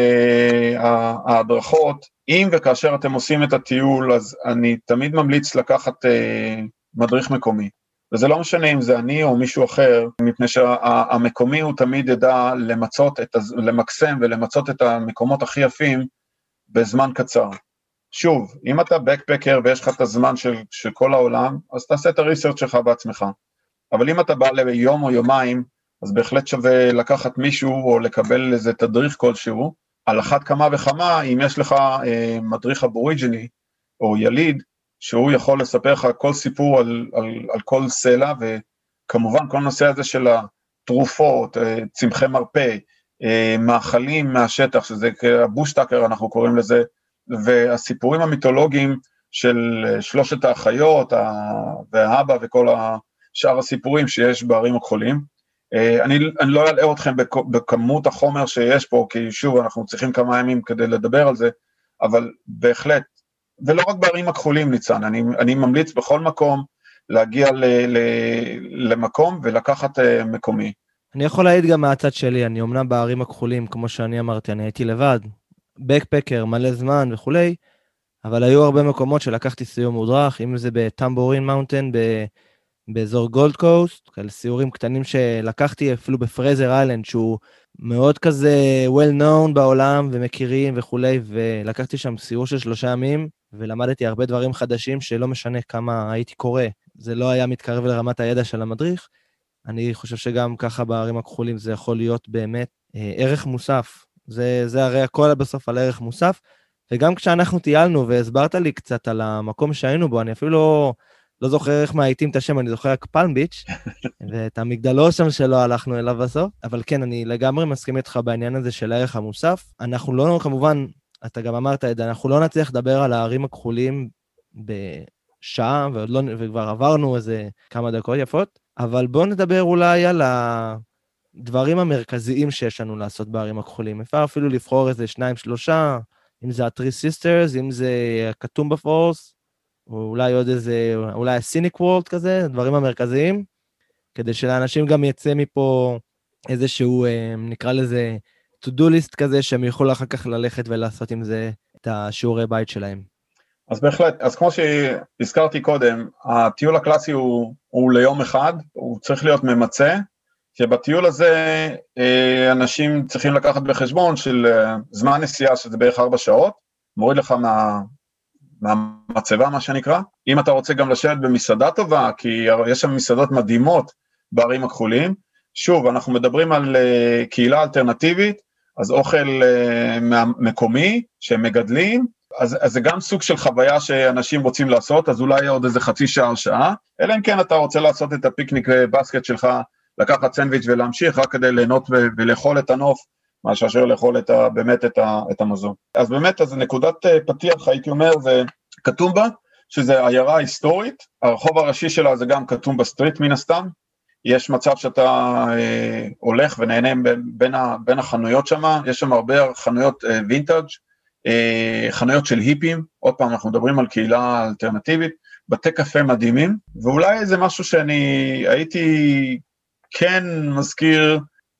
ההדרכות, אם וכאשר אתם עושים את הטיול, אז אני תמיד ממליץ לקחת מדריך מקומי. וזה לא משנה אם זה אני או מישהו אחר, מפני שהמקומי הוא תמיד ידע למצות את, למקסם ולמצות את המקומות הכי יפים בזמן קצר. שוב, אם אתה בקפקר ויש לך את הזמן של, של כל העולם, אז תעשה את הריסרצ' שלך בעצמך. אבל אם אתה בא ליום או יומיים, אז בהחלט שווה לקחת מישהו או לקבל איזה תדריך כלשהו, על אחת כמה וכמה, אם יש לך אה, מדריך אבוריג'יני או יליד, שהוא יכול לספר לך כל סיפור על, על, על כל סלע, וכמובן כל נושא הזה של התרופות, צמחי מרפא, מאכלים מהשטח, שזה הבושטקר אנחנו קוראים לזה, והסיפורים המיתולוגיים של שלושת האחיות, והאבא וכל שאר הסיפורים שיש בערים הכחולים. אני, אני לא אלאה אתכם בכמות החומר שיש פה, כי שוב אנחנו צריכים כמה ימים כדי לדבר על זה, אבל בהחלט, ולא רק בערים הכחולים ניצן, אני, אני ממליץ בכל מקום להגיע ל, ל, למקום ולקחת uh, מקומי. אני יכול להעיד גם מהצד שלי, אני אומנם בערים הכחולים, כמו שאני אמרתי, אני הייתי לבד, בקפקר, מלא זמן וכולי, אבל היו הרבה מקומות שלקחתי סיור מודרך, אם זה בטמבורין מאונטן, ב, באזור גולד קוסט, כאלה סיורים קטנים שלקחתי אפילו בפרזר איילנד, שהוא מאוד כזה well known בעולם ומכירים וכולי, ולקחתי שם סיור של שלושה ימים, ולמדתי הרבה דברים חדשים שלא משנה כמה הייתי קורא, זה לא היה מתקרב לרמת הידע של המדריך. אני חושב שגם ככה בערים הכחולים זה יכול להיות באמת אה, ערך מוסף, זה, זה הרי הכל בסוף על ערך מוסף, וגם כשאנחנו טיילנו והסברת לי קצת על המקום שהיינו בו, אני אפילו לא, לא זוכר איך מהעיתים את השם, אני זוכר רק פלם ביץ', ואת המגדלור שם שלא הלכנו אליו בסוף, אבל כן, אני לגמרי מסכים איתך בעניין הזה של הערך המוסף. אנחנו לא, כמובן, אתה גם אמרת את זה, אנחנו לא נצליח לדבר על הערים הכחולים בשעה, ועוד לא, וכבר עברנו איזה כמה דקות יפות, אבל בואו נדבר אולי על הדברים המרכזיים שיש לנו לעשות בערים הכחולים. אפשר אפילו לבחור איזה שניים, שלושה, אם זה ה-Three Sisters, אם זה קטומבה פורס, או אולי עוד איזה, אולי ה-Scenic World כזה, הדברים המרכזיים, כדי שלאנשים גם יצא מפה איזשהו, נקרא לזה, to-do list כזה, שהם יוכלו אחר כך ללכת ולעשות עם זה את השיעורי בית שלהם. אז בהחלט, אז כמו שהזכרתי קודם, הטיול הקלאסי הוא, הוא ליום אחד, הוא צריך להיות ממצא, שבטיול הזה אנשים צריכים לקחת בחשבון של זמן נסיעה, שזה בערך ארבע שעות, מוריד לך מה, מהמצבה, מה שנקרא. אם אתה רוצה גם לשבת במסעדה טובה, כי יש שם מסעדות מדהימות בערים הכחולים, שוב, אנחנו מדברים על קהילה אלטרנטיבית, אז אוכל מקומי שהם מגדלים, אז, אז זה גם סוג של חוויה שאנשים רוצים לעשות, אז אולי עוד איזה חצי שעה או שעה, אלא אם כן אתה רוצה לעשות את הפיקניק בסקט שלך, לקחת סנדוויץ' ולהמשיך רק כדי ליהנות ו- ולאכול את הנוף, מה שאשר לאכול את ה- באמת את, ה- את המזון. אז באמת, אז נקודת פתיח, הייתי אומר, זה קטומבה, שזה עיירה היסטורית, הרחוב הראשי שלה זה גם קטומבה סטריט מן הסתם, יש מצב שאתה אה, הולך ונהנה בין, בין, ה- בין החנויות שם, יש שם הרבה חנויות אה, וינטאג', אה, חנויות של היפים, עוד פעם אנחנו מדברים על קהילה אלטרנטיבית, בתי קפה מדהימים, ואולי זה משהו שאני הייתי כן מזכיר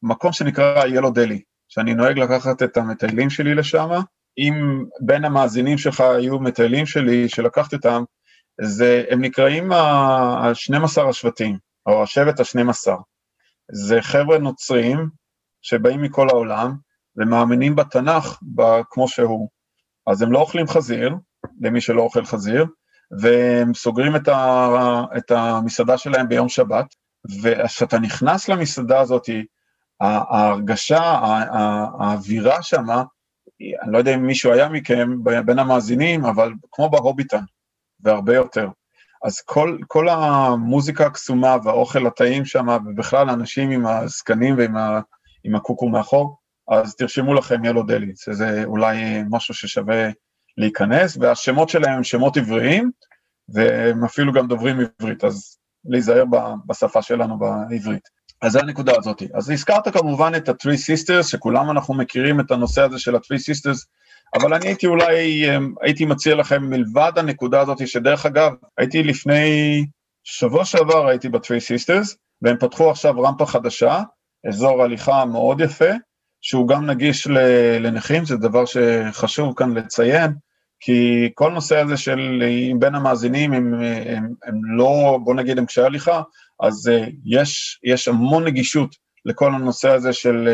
מקום שנקרא ילו דלי, שאני נוהג לקחת את המטיילים שלי לשם, אם בין המאזינים שלך היו מטיילים שלי שלקחת אותם, זה, הם נקראים ה-שנים עשר השבטים, או השבט ה-שנים עשר. זה חבר'ה נוצרים שבאים מכל העולם, ומאמינים בתנ"ך כמו שהוא. אז הם לא אוכלים חזיר, למי שלא אוכל חזיר, והם סוגרים את, ה, את המסעדה שלהם ביום שבת, וכשאתה נכנס למסעדה הזאת, ההרגשה, האווירה שמה, אני לא יודע אם מישהו היה מכם בין המאזינים, אבל כמו בהוביטן, והרבה יותר. אז כל, כל המוזיקה הקסומה והאוכל הטעים שם, ובכלל אנשים עם הזקנים ועם ה, עם הקוקו מאחור, אז תרשמו לכם ילו דלי, זה אולי משהו ששווה להיכנס, והשמות שלהם הם שמות עבריים, והם אפילו גם דוברים עברית, אז להיזהר בשפה שלנו בעברית. אז זה הנקודה הזאת. אז הזכרת כמובן את ה-Three Sisters, שכולם אנחנו מכירים את הנושא הזה של ה-Three Sisters, אבל אני הייתי אולי, הייתי מציע לכם מלבד הנקודה הזאת, שדרך אגב, הייתי לפני שבוע שעבר הייתי ב-Three Sisters, והם פתחו עכשיו רמפה חדשה, אזור הליכה מאוד יפה, שהוא גם נגיש לנכים, זה דבר שחשוב כאן לציין, כי כל נושא הזה של בין המאזינים, הם, הם, הם לא, בוא נגיד, הם קשיי הליכה, אז יש, יש המון נגישות לכל הנושא הזה של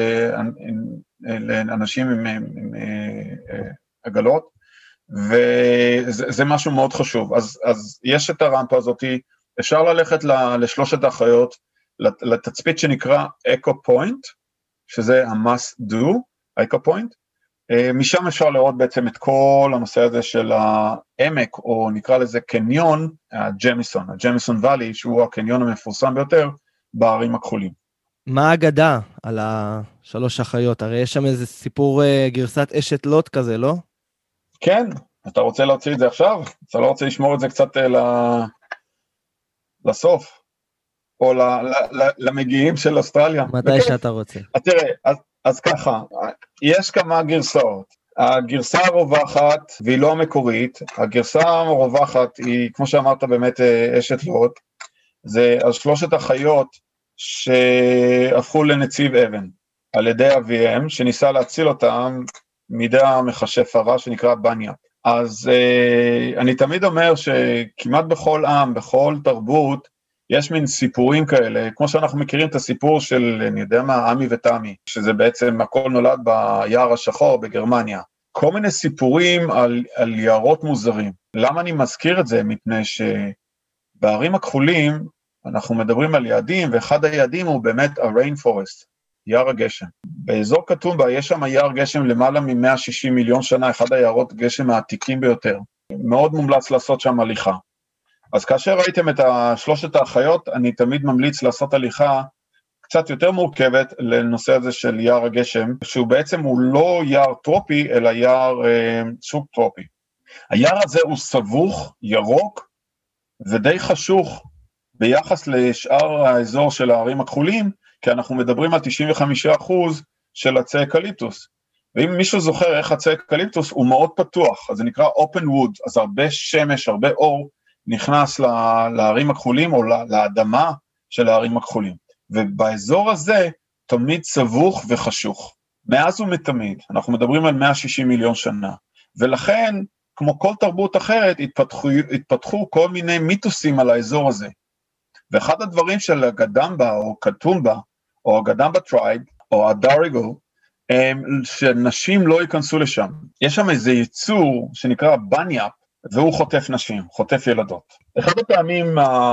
אנשים עם, עם, עם עגלות, וזה זה משהו מאוד חשוב. אז, אז יש את הרמפה הזאת, אפשר ללכת לשלושת האחיות, לתצפית שנקרא אקו פוינט, שזה ה-must do, אקו פוינט, משם אפשר לראות בעצם את כל הנושא הזה של העמק, או נקרא לזה קניון, הג'מיסון, הג'מיסון ואלי, שהוא הקניון המפורסם ביותר בערים הכחולים. מה האגדה על השלוש אחיות? הרי יש שם איזה סיפור גרסת אשת לוט כזה, לא? כן, אתה רוצה להוציא את זה עכשיו? אתה לא רוצה לשמור את זה קצת לסוף? או למגיעים של אוסטרליה? מתי שאתה רוצה. אז תראה, אז אז ככה, יש כמה גרסאות, הגרסה הרווחת, והיא לא המקורית, הגרסה הרווחת היא, כמו שאמרת באמת, אשת לוט, זה על שלושת החיות שהפכו לנציב אבן, על ידי אביהם, שניסה להציל אותם מידי המכשף הרע שנקרא בניה. אז אני תמיד אומר שכמעט בכל עם, בכל תרבות, יש מין סיפורים כאלה, כמו שאנחנו מכירים את הסיפור של, אני יודע מה, עמי ותמי, שזה בעצם הכל נולד ביער השחור בגרמניה. כל מיני סיפורים על, על יערות מוזרים. למה אני מזכיר את זה? מפני שבערים הכחולים אנחנו מדברים על יעדים, ואחד היעדים הוא באמת ה-rain forest, יער הגשם. באזור קטומבה יש שם יער גשם למעלה מ-מאה ושישים מיליון שנה, אחד היערות גשם העתיקים ביותר. מאוד מומלץ לעשות שם הליכה. אז כאשר ראיתם את שלושת האחיות, אני תמיד ממליץ לעשות הליכה קצת יותר מורכבת לנושא הזה של יער הגשם, שהוא בעצם הוא לא יער טרופי, אלא יער אה, סוג טרופי. היער הזה הוא סבוך, ירוק, ודי חשוך ביחס לשאר האזור של הערים הכחולים, כי אנחנו מדברים על תשעים וחמישה אחוז של עצי אקליפטוס. ואם מישהו זוכר איך עצי אקליפטוס הוא מאוד פתוח, אז זה נקרא open wood, אז הרבה שמש, הרבה אור, נכנס לערים הכחולים או לאדמה של הערים הכחולים. ובאזור הזה תמיד סבוך וחשוך. מאז ומתמיד, אנחנו מדברים על מאה ושישים מיליון שנה. ולכן, כמו כל תרבות אחרת, התפתחו, התפתחו כל מיני מיתוסים על האזור הזה. ואחד הדברים של הגדמבה או קטומבה, או הגדמבה טרייב, או הדאריגו, הם שנשים לא ייכנסו לשם. יש שם איזה ייצור שנקרא בניאפ, והוא חוטף נשים, חוטף ילדות. אחד הפעמים,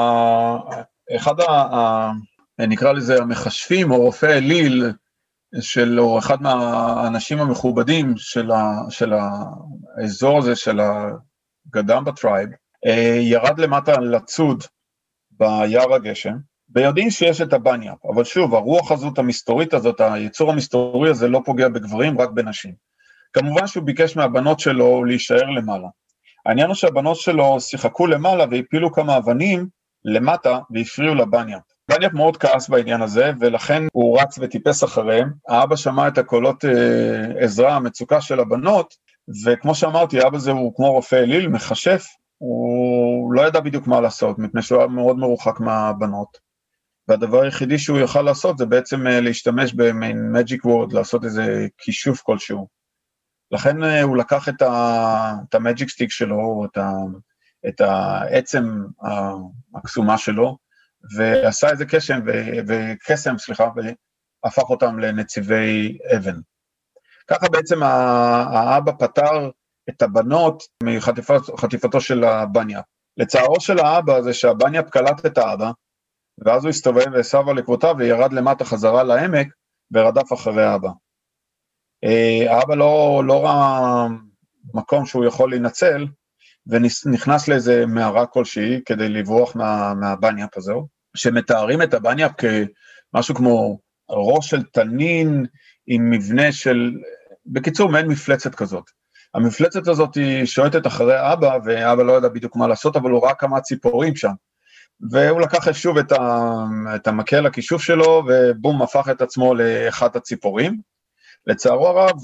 אחד ה... נקרא לזה המחשבים, או רופא אליל, של, או אחד מהאנשים המכובדים של, ה, של האזור הזה, של הגדמבה טרייב, ירד למטה לצוד ביער הגשם, ויודעים שיש את הבניאפ, אבל שוב, הרוח הזאת המסתורית הזאת, היצור המסתורי הזה לא פוגע בגברים, רק בנשים. כמובן שהוא ביקש מהבנות שלו להישאר למעלה. העניין הוא שהבנות שלו שיחקו למעלה והפילו כמה אבנים למטה והפריעו לבניאפ. בניאפ מאוד כעס בעניין הזה, ולכן הוא רץ וטיפס אחריהם. האבא שמע את הקולות אה, עזרה, המצוקה של הבנות, וכמו שאמרתי, האבא זה הוא כמו רופא אליל, מחשף, הוא לא ידע בדיוק מה לעשות, מפני שהוא היה מאוד מרוחק מהבנות. והדבר היחידי שהוא יוכל לעשות זה בעצם להשתמש במין magic word, לעשות איזה כישוף כלשהו. לכן הוא לקח את ה-magic stick שלו, את ה... את העצם הקסומה שלו, ועשה איזה קסם, וקסם, סליחה, והפך אותם לנציבי אבן. ככה בעצם האבא פתר את הבנות מחטיפתו של הבניה. לצערו של האבא זה שהבניה קלט את האבא, ואז הוא הסתובב וסב על עקבותיו, וירד למטה חזרה לעמק, ורדף אחרי האבא. האבא לא, לא ראה מקום שהוא יכול להינצל, ונכנס לאיזה מערה כלשהי, כדי לברוח מה, מהבניאפ הזו, שמתארים את הבניאפ כמשהו כמו ראש של תנין, עם מבנה של, בקיצור, מעין מפלצת כזאת. המפלצת הזאת היא שועטת אחרי אבא, ואבא לא יודע בדיוק מה לעשות, אבל הוא ראה כמה ציפורים שם. והוא לקח שוב את, ה, את המקל הכישוף שלו, ובום, הפך את עצמו לאחת הציפורים. לצערו הרב,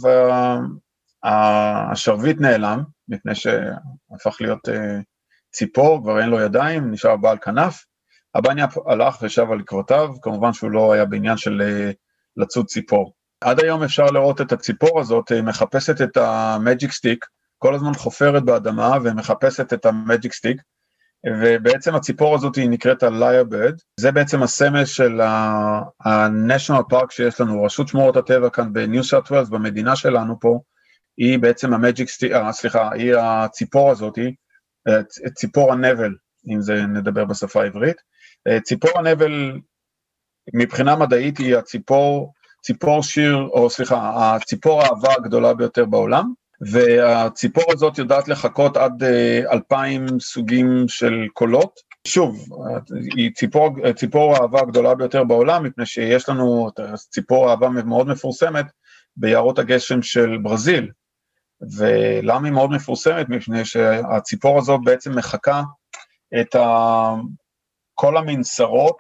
השרביט נעלם, מפני שהפך להיות ציפור, כבר אין לו ידיים, נשאר בעל כנף. הבניה הלך ושב על עקבותיו, כמובן שהוא לא היה בעניין של לצוד ציפור. עד היום אפשר לראות את הציפור הזאת, מחפשת את המג'יק סטיק, כל הזמן חופרת באדמה ומחפשת את המג'יק סטיק, ובעצם הציפור הזאת היא נקראת ה-Lyrebird, זה בעצם הסמל של ה-National Park שיש לנו, רשות שמורות הטבע כאן בניו סאות' ווילס, במדינה שלנו פה, היא בעצם המג'יק סטיק, סליחה, היא הציפור הזאת, ציפור הנבל, אם זה נדבר בשפה העברית, ציפור הנבל מבחינה מדעית היא הציפור, ציפור שיר, או סליחה, הציפור האהבה הגדולה ביותר בעולם, והציפור הזאת יודעת לחכות עד אלפיים סוגים של קולות. שוב, היא ציפור, ציפור האהבה הגדולה ביותר בעולם, מפני שיש לנו ציפור אהבה מאוד מפורסמת ביערות הגשם של ברזיל. ולמה היא מאוד מפורסמת? מפני שהציפור הזאת בעצם מחכה את ה... כל המנסרות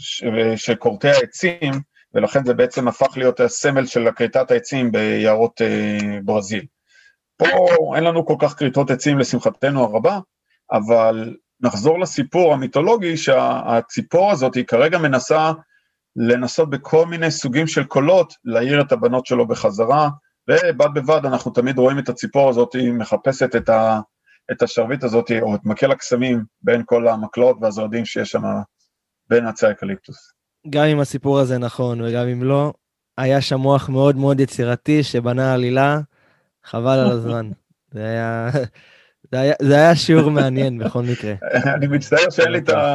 שקורטי העצים, ולכן זה בעצם הפך להיות הסמל של כריתת העצים ביערות ברזיל. פה אין לנו כל כך כריתות עצים לשמחתנו הרבה, אבל נחזור לסיפור המיתולוגי שהציפור הזאת היא כרגע מנסה לנסות בכל מיני סוגים של קולות, להעיר את הבנות שלו בחזרה, ובד בבד אנחנו תמיד רואים את הציפור הזאת, היא מחפשת את, ה, את השרביט הזאת, או את מקל הקסמים בין כל המקלות והזרדים שיש שם בין עצי האקליפטוס. גם אם הסיפור הזה נכון וגם אם לא, היה שם מוח מאוד מאוד יצירתי שבנה עלילה, חבל על הזמן. זה היה, זה היה, זה היה שיעור מעניין בכל מקרה. אני מצטער שאין לי את ה...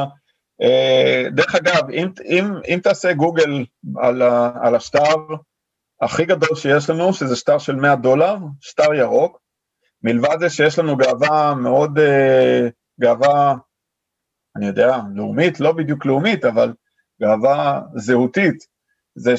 דרך אגב, אם, אם, אם תעשה גוגל על, ה, על השטר הכי גדול שיש לנו, שזה שטר של מאה דולר, שטר ירוק, מלבד זה שיש לנו גאווה מאוד, גאווה, אני יודע, לאומית, לא בדיוק לאומית, אבל גאווה זהותית, זה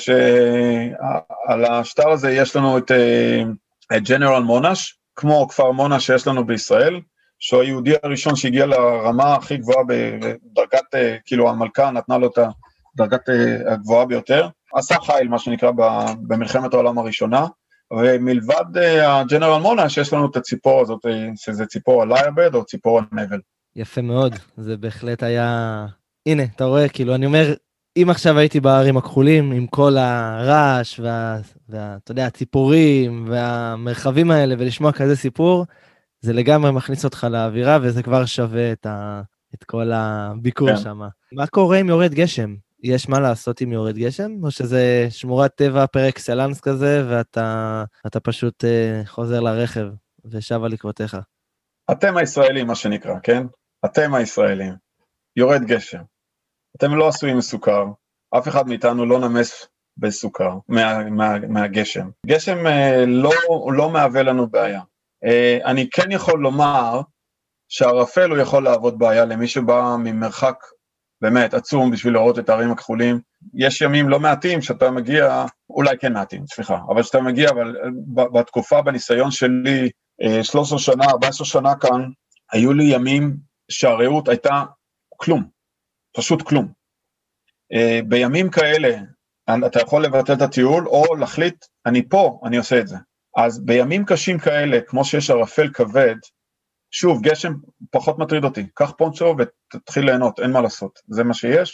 שעל השטר הזה יש לנו את... את ג'נרל מונש, כמו כפר מונש שיש לנו בישראל, שהוא היהודי הראשון שהגיע לרמה הכי גבוהה בדרגת, כאילו המלכה נתנה לו את הדרגת הגבוהה ביותר, עשה חיל מה שנקרא במלחמת העולם הראשונה, ומלבד הג'נרל מונש יש לנו את הציפור הזאת, שזה ציפור ה-Lyrebird או ציפור הנבל. יפה מאוד, זה בהחלט היה, הנה, אתה רואה, כאילו אני אומר, אם עכשיו הייתי בערים הכחולים, עם כל הרעש, וה, וה, אתה יודע, הציפורים, והמרחבים האלה, ולשמוע כזה סיפור, זה לגמרי מכניס אותך לאווירה, וזה כבר שווה את, ה, את כל הביקור כן. שם. מה קורה אם יורד גשם? יש מה לעשות אם יורד גשם? או שזה שמורת טבע פר אקסלנס כזה, ואתה אתה פשוט uh, חוזר לרכב, ושב על עקבותיך? אתם הישראלים, מה שנקרא, כן? אתם הישראלים. יורד גשם. אתם לא עשויים מסוכר, אף אחד מאיתנו לא נמס בסוכר, מה, מה, מהגשם. גשם אה, לא, לא מהווה לנו בעיה. אה, אני כן יכול לומר שהרפל הוא יכול לעבוד בעיה למי שבא ממרחק באמת עצום בשביל לראות את הערים הכחולים. יש ימים לא מעטים שאתה מגיע, אולי כן מעטים, סליחה, אבל שאתה מגיע, אבל בתקופה, בניסיון שלי, אה, שלוש עשרה שנה, ארבע עשרה שנה כאן, היו לי ימים שהרעות הייתה כלום. פשוט כלום. Uh, בימים כאלה, אתה יכול לבטל את הטיול, או להחליט, אני פה, אני עושה את זה. אז בימים קשים כאלה, כמו שיש ערפל כבד, שוב, גשם פחות מטריד אותי, קח פונצ'ו ותתחיל ליהנות, אין מה לעשות, זה מה שיש,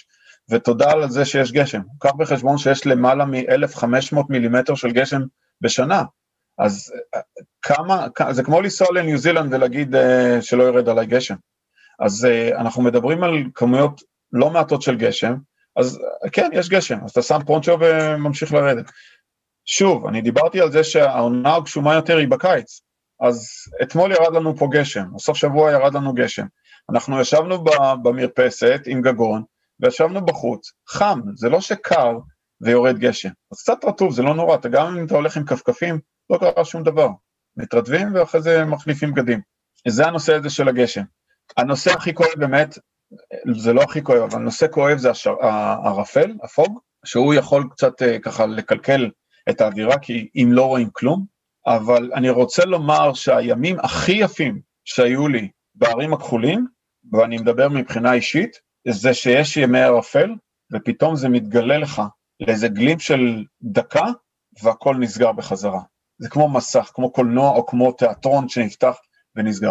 ותודה על זה שיש גשם. קח בחשבון שיש למעלה מ-אלף וחמש מאות מילימטר של גשם בשנה, אז כמה, זה כמו לנסוע לניו זילנד ולהגיד שלא ירד עליי גשם. אז אנחנו מדברים על כמויות לא מעטות של גשם, אז כן, יש גשם, אז אתה שם פונצ'ו וממשיך לרדת. שוב, אני דיברתי על זה שהעונה הגשומה יותר היא בקיץ, אז אתמול ירד לנו פה גשם, בסוף שבוע ירד לנו גשם. אנחנו ישבנו במרפסת עם גגון, וישבנו בחוץ, חם, זה לא שקר ויורד גשם. אז קצת רטוב, זה לא נורא, אתה גם אם אתה הולך עם כפכפים, לא קרה שום דבר. מתרטבים ואחרי זה מחליפים בגדים. זה הנושא הזה של הגשם. הנושא הכי כואב באמת, זה לא הכי כואב, אבל הנושא כואב זה השר, הרפל, הפוג, שהוא יכול קצת ככה לקלקל את האווירה, כי אם לא רואים כלום, אבל אני רוצה לומר שהימים הכי יפים שהיו לי בערים הכחולים, ואני מדבר מבחינה אישית, זה שיש ימי הרפל, ופתאום זה מתגלה לך לאיזה גלים של דקה, והכל נסגר בחזרה. זה כמו מסך, כמו קולנוע או כמו תיאטרון שנפתח ונסגר.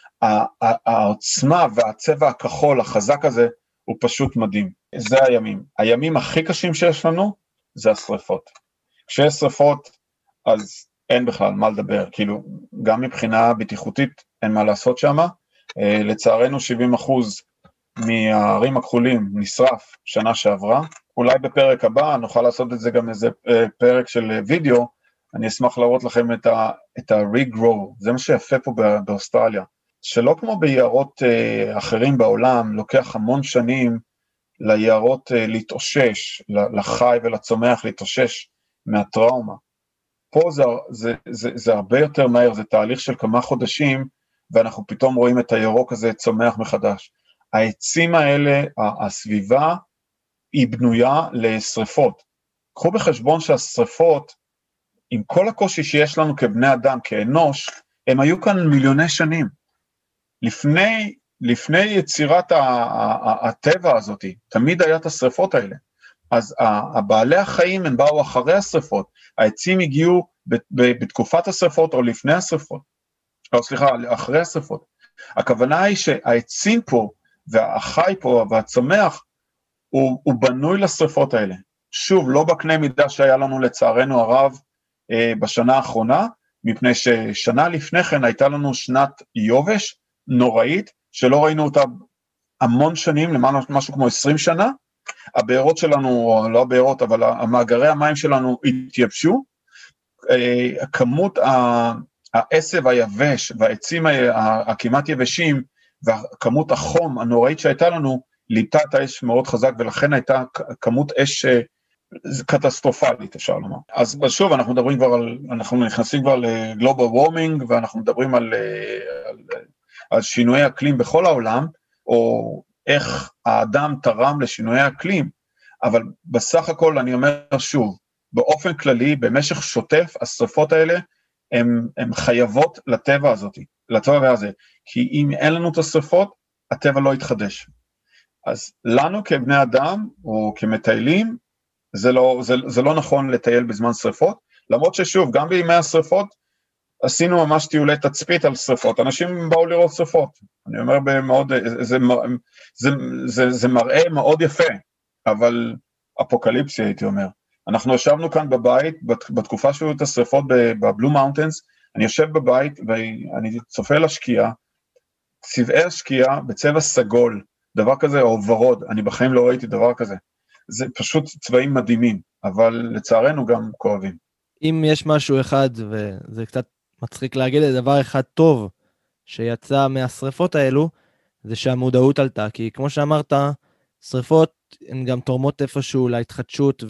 העוצמה והצבע הכחול החזק הזה הוא פשוט מדהים. זה הימים. הימים הכי קשים שיש לנו זה השריפות. כשיש שריפות אז אין בכלל מה לדבר, כאילו גם מבחינה בטיחותית אין מה לעשות שם. לצערנו שבעים אחוז מהערים הכחולים נשרף שנה שעברה. אולי בפרק הבא נוכל לעשות את זה גם איזה פרק של וידאו, אני אשמח להראות לכם את ה, את ה-regrow, זה מה שיפה פה באוסטרליה, שלא כמו ביערות אחרים בעולם, לוקח המון שנים ליערות להתאושש, לחי ולצומח להתאושש מהטראומה. פה זה, זה, זה, זה הרבה יותר מהר, זה תהליך של כמה חודשים, ואנחנו פתאום רואים את הירוק הזה צומח מחדש. העצים האלה, הסביבה, היא בנויה לשריפות. קחו בחשבון שהשריפות, עם כל הקושי שיש לנו כבני אדם, כאנוש, הם היו כאן מיליוני שנים. לפני, לפני יצירת הטבע הזאת, תמיד היה את השריפות האלה. אז הבעלי החיים הם באו אחרי השריפות, העצים הגיעו בתקופת השריפות או לפני השריפות, או סליחה, אחרי השריפות. הכוונה היא שהעצים פה, והחי פה והצומח, הוא, הוא בנוי לשריפות האלה. שוב, לא בקנה מידה שהיה לנו לצערנו הרב אה, בשנה האחרונה, מפני ששנה לפני כן הייתה לנו שנת יובש נוראית, שלא ראינו אותה המון שנים, למעלה משהו כמו עשרים שנה, הבארות שלנו, לא הבארות, אבל המאגרי המים שלנו התייבשו, אה, כמות העשב היבש והעצים הכמעט יבשים, וכמות החום הנוראית שהייתה לנו, ליטה את האש מאוד חזק, ולכן הייתה כמות אש קטסטרופלית, אפשר לומר. אז שוב, אנחנו מדברים כבר על, אנחנו נכנסים כבר לגלובל וורמינג, ואנחנו מדברים על, על, על שינויי אקלים בכל העולם, או איך האדם תרם לשינויי אקלים, אבל בסך הכל אני אומר שוב, באופן כללי, במשך שוטף, השריפות האלה, הן חייבות לטבע הזאת, לטבע הזה, כי אם אין לנו את השריפות, הטבע לא יתחדש. אז לנו כבני אדם, או כמטיילים, זה לא, זה, זה לא נכון לטייל בזמן שריפות, למרות ששוב, גם בימי השריפות, עשינו ממש טיולי תצפית על שריפות, אנשים באו לראות שריפות, אני אומר במאוד, זה, זה, זה, זה, זה מראה מאוד יפה, אבל אפוקליפסי הייתי אומר. אנחנו ישבנו כאן בבית, בתקופה שהיו את השריפות בבלו מאונטנס, אני יושב בבית ואני צופה לשקיעה, צבעי השקיעה בצבע סגול, דבר כזה או ורוד, אני בחיים לא ראיתי דבר כזה, זה פשוט צבעים מדהימים, אבל לצערנו גם כואבים. אם יש משהו אחד, וזה קצת מצחיק להגיד, דבר אחד טוב שיצא מהשריפות האלו, זה שהמודעות עלתה, כי כמו שאמרת, שריפות הן גם תורמות איפשהו להתחדשות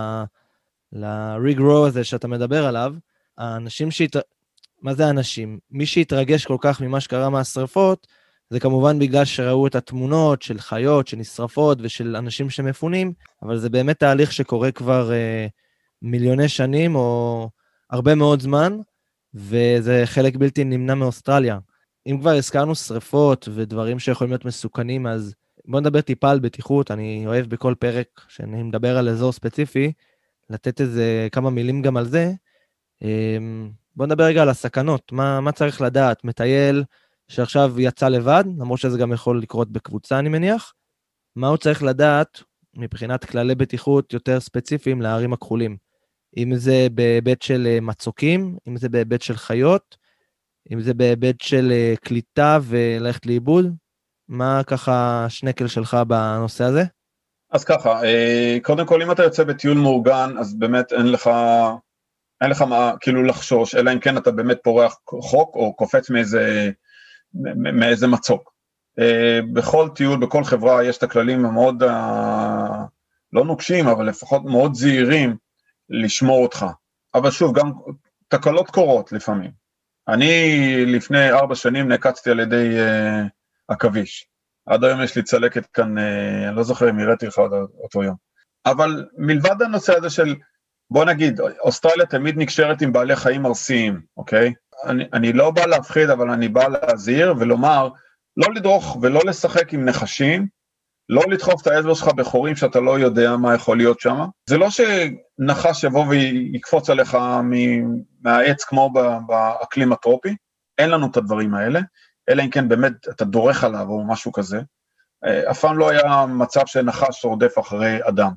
ול-regrow הזה שאתה מדבר עליו. האנשים שהת... מה זה האנשים? מי שהתרגש כל כך ממה שקרה מהשריפות, זה כמובן בגלל שראו את התמונות של חיות שנשרפות ושל אנשים שמפונים, אבל זה באמת תהליך שקורה כבר אה, מיליוני שנים או הרבה מאוד זמן, וזה חלק בלתי נמנע מאוסטרליה. אם כבר הזכרנו שריפות ודברים שיכולים להיות מסוכנים, אז בוא נדבר טיפה על בטיחות. אני אוהב בכל פרק שאני מדבר על אזור ספציפי, לתת איזה כמה מילים גם על זה. בוא נדבר רגע על הסכנות, מה, מה צריך לדעת? מטייל שעכשיו יצא לבד, למרות שזה גם יכול לקרות בקבוצה אני מניח, מה הוא צריך לדעת מבחינת כללי בטיחות יותר ספציפיים להרים הכחולים. אם זה בהיבט של מצוקים, אם זה בהיבט של חיות, אם זה בהיבט של קליטה וללכת לאיבוד, מה ככה השנקל שלך בנושא הזה? אז ככה, קודם כל אם אתה יוצא בטיול מאורגן, אז באמת אין לך, אין לך מה כאילו לחשוש, אלא אם כן אתה באמת פורח חוק או קופץ מאיזה, מאיזה מצוק. בכל טיול, בכל חברה יש את הכללים המאוד, לא נוקשים, אבל לפחות מאוד זהירים לשמור אותך. אבל שוב, גם תקלות קורות לפעמים. אני לפני ארבע שנים נעקצתי על ידי עכביש. עד היום יש לי צלקת כאן, אני לא זוכר אם הראיתי לך אותו יום. אבל מלבד הנושא הזה של, בוא נגיד, אוסטרליה תמיד נקשרת עם בעלי חיים ארסיים, אוקיי? אני, אני לא בא להפחיד, אבל אני בא להזהיר ולומר, לא לדרוך ולא לשחק עם נחשים, לא לדחוף את האצבע שלך בחורים שאתה לא יודע מה יכול להיות שם. זה לא שנחש יבוא ויקפוץ עליך מהעץ כמו באקלים הטרופי, אין לנו את הדברים האלה, אלא אם כן באמת אתה דורך עליו או משהו כזה. אף פעם לא היה מצב שנחש רודף אחרי אדם.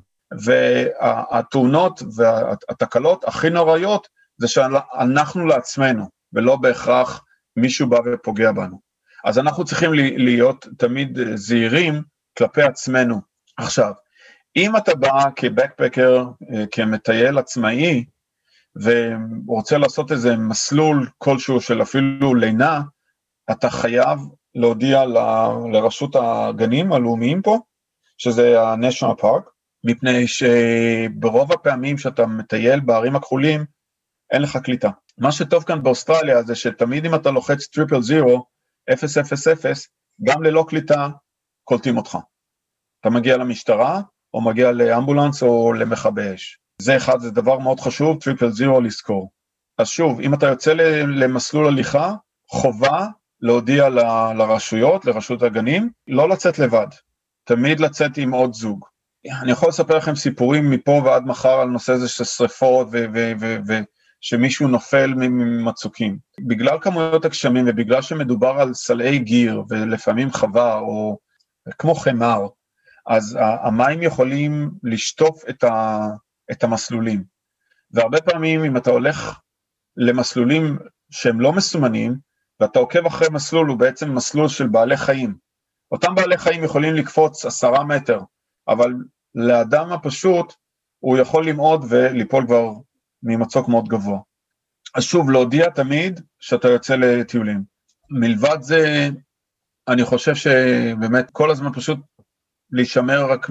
והתאונות והתקלות הכי נוראיות זה שאנחנו לעצמנו, ולא בהכרח מישהו בא ופוגע בנו. אז אנחנו צריכים להיות תמיד זהירים כלפי עצמנו. עכשיו, אם אתה בא כבקפקר, כמטייל עצמאי, ורוצה לעשות איזה מסלול כלשהו של אפילו לינה, אתה חייב להודיע ל, לרשות הגנים הלאומיים פה, שזה ה-National Park, מפני שברוב הפעמים שאתה מטייל בערים הכחולים, אין לך קליטה. מה שטוב כאן באוסטרליה זה שתמיד אם אתה לוחץ טריפל זירו, אפס אפס אפס, גם ללא קליטה קולטים אותך. אתה מגיע למשטרה, או מגיע לאמבולנס או למכבי אש. זה אחד, זה דבר מאוד חשוב, טריפל זירו לזכור. אז שוב, אם אתה יוצא למסלול הליכה, חובה להודיע ל, לרשויות, לרשות הגנים, לא לצאת לבד, תמיד לצאת עם עוד זוג. אני יכול לספר לכם סיפורים מפה ועד מחר על נושא הזה של שריפות ו... ו, ו, ו שמישהו נופל ממצוקים. בגלל כמויות הגשמים ובגלל שמדובר על סלעי גיר ולפעמים חווה או כמו חמר, אז המים יכולים לשטוף את, ה, את המסלולים. והרבה פעמים אם אתה הולך למסלולים שהם לא מסומנים, ואתה עוקב אחרי מסלול, הוא בעצם מסלול של בעלי חיים. אותם בעלי חיים יכולים לקפוץ עשרה מטר, אבל לאדם הפשוט הוא יכול למעוד וליפול כבר ממצוק מאוד גבוה. אז שוב, להודיע תמיד שאתה יוצא לטיולים. מלבד זה, אני חושב שבאמת כל הזמן פשוט להישמר רק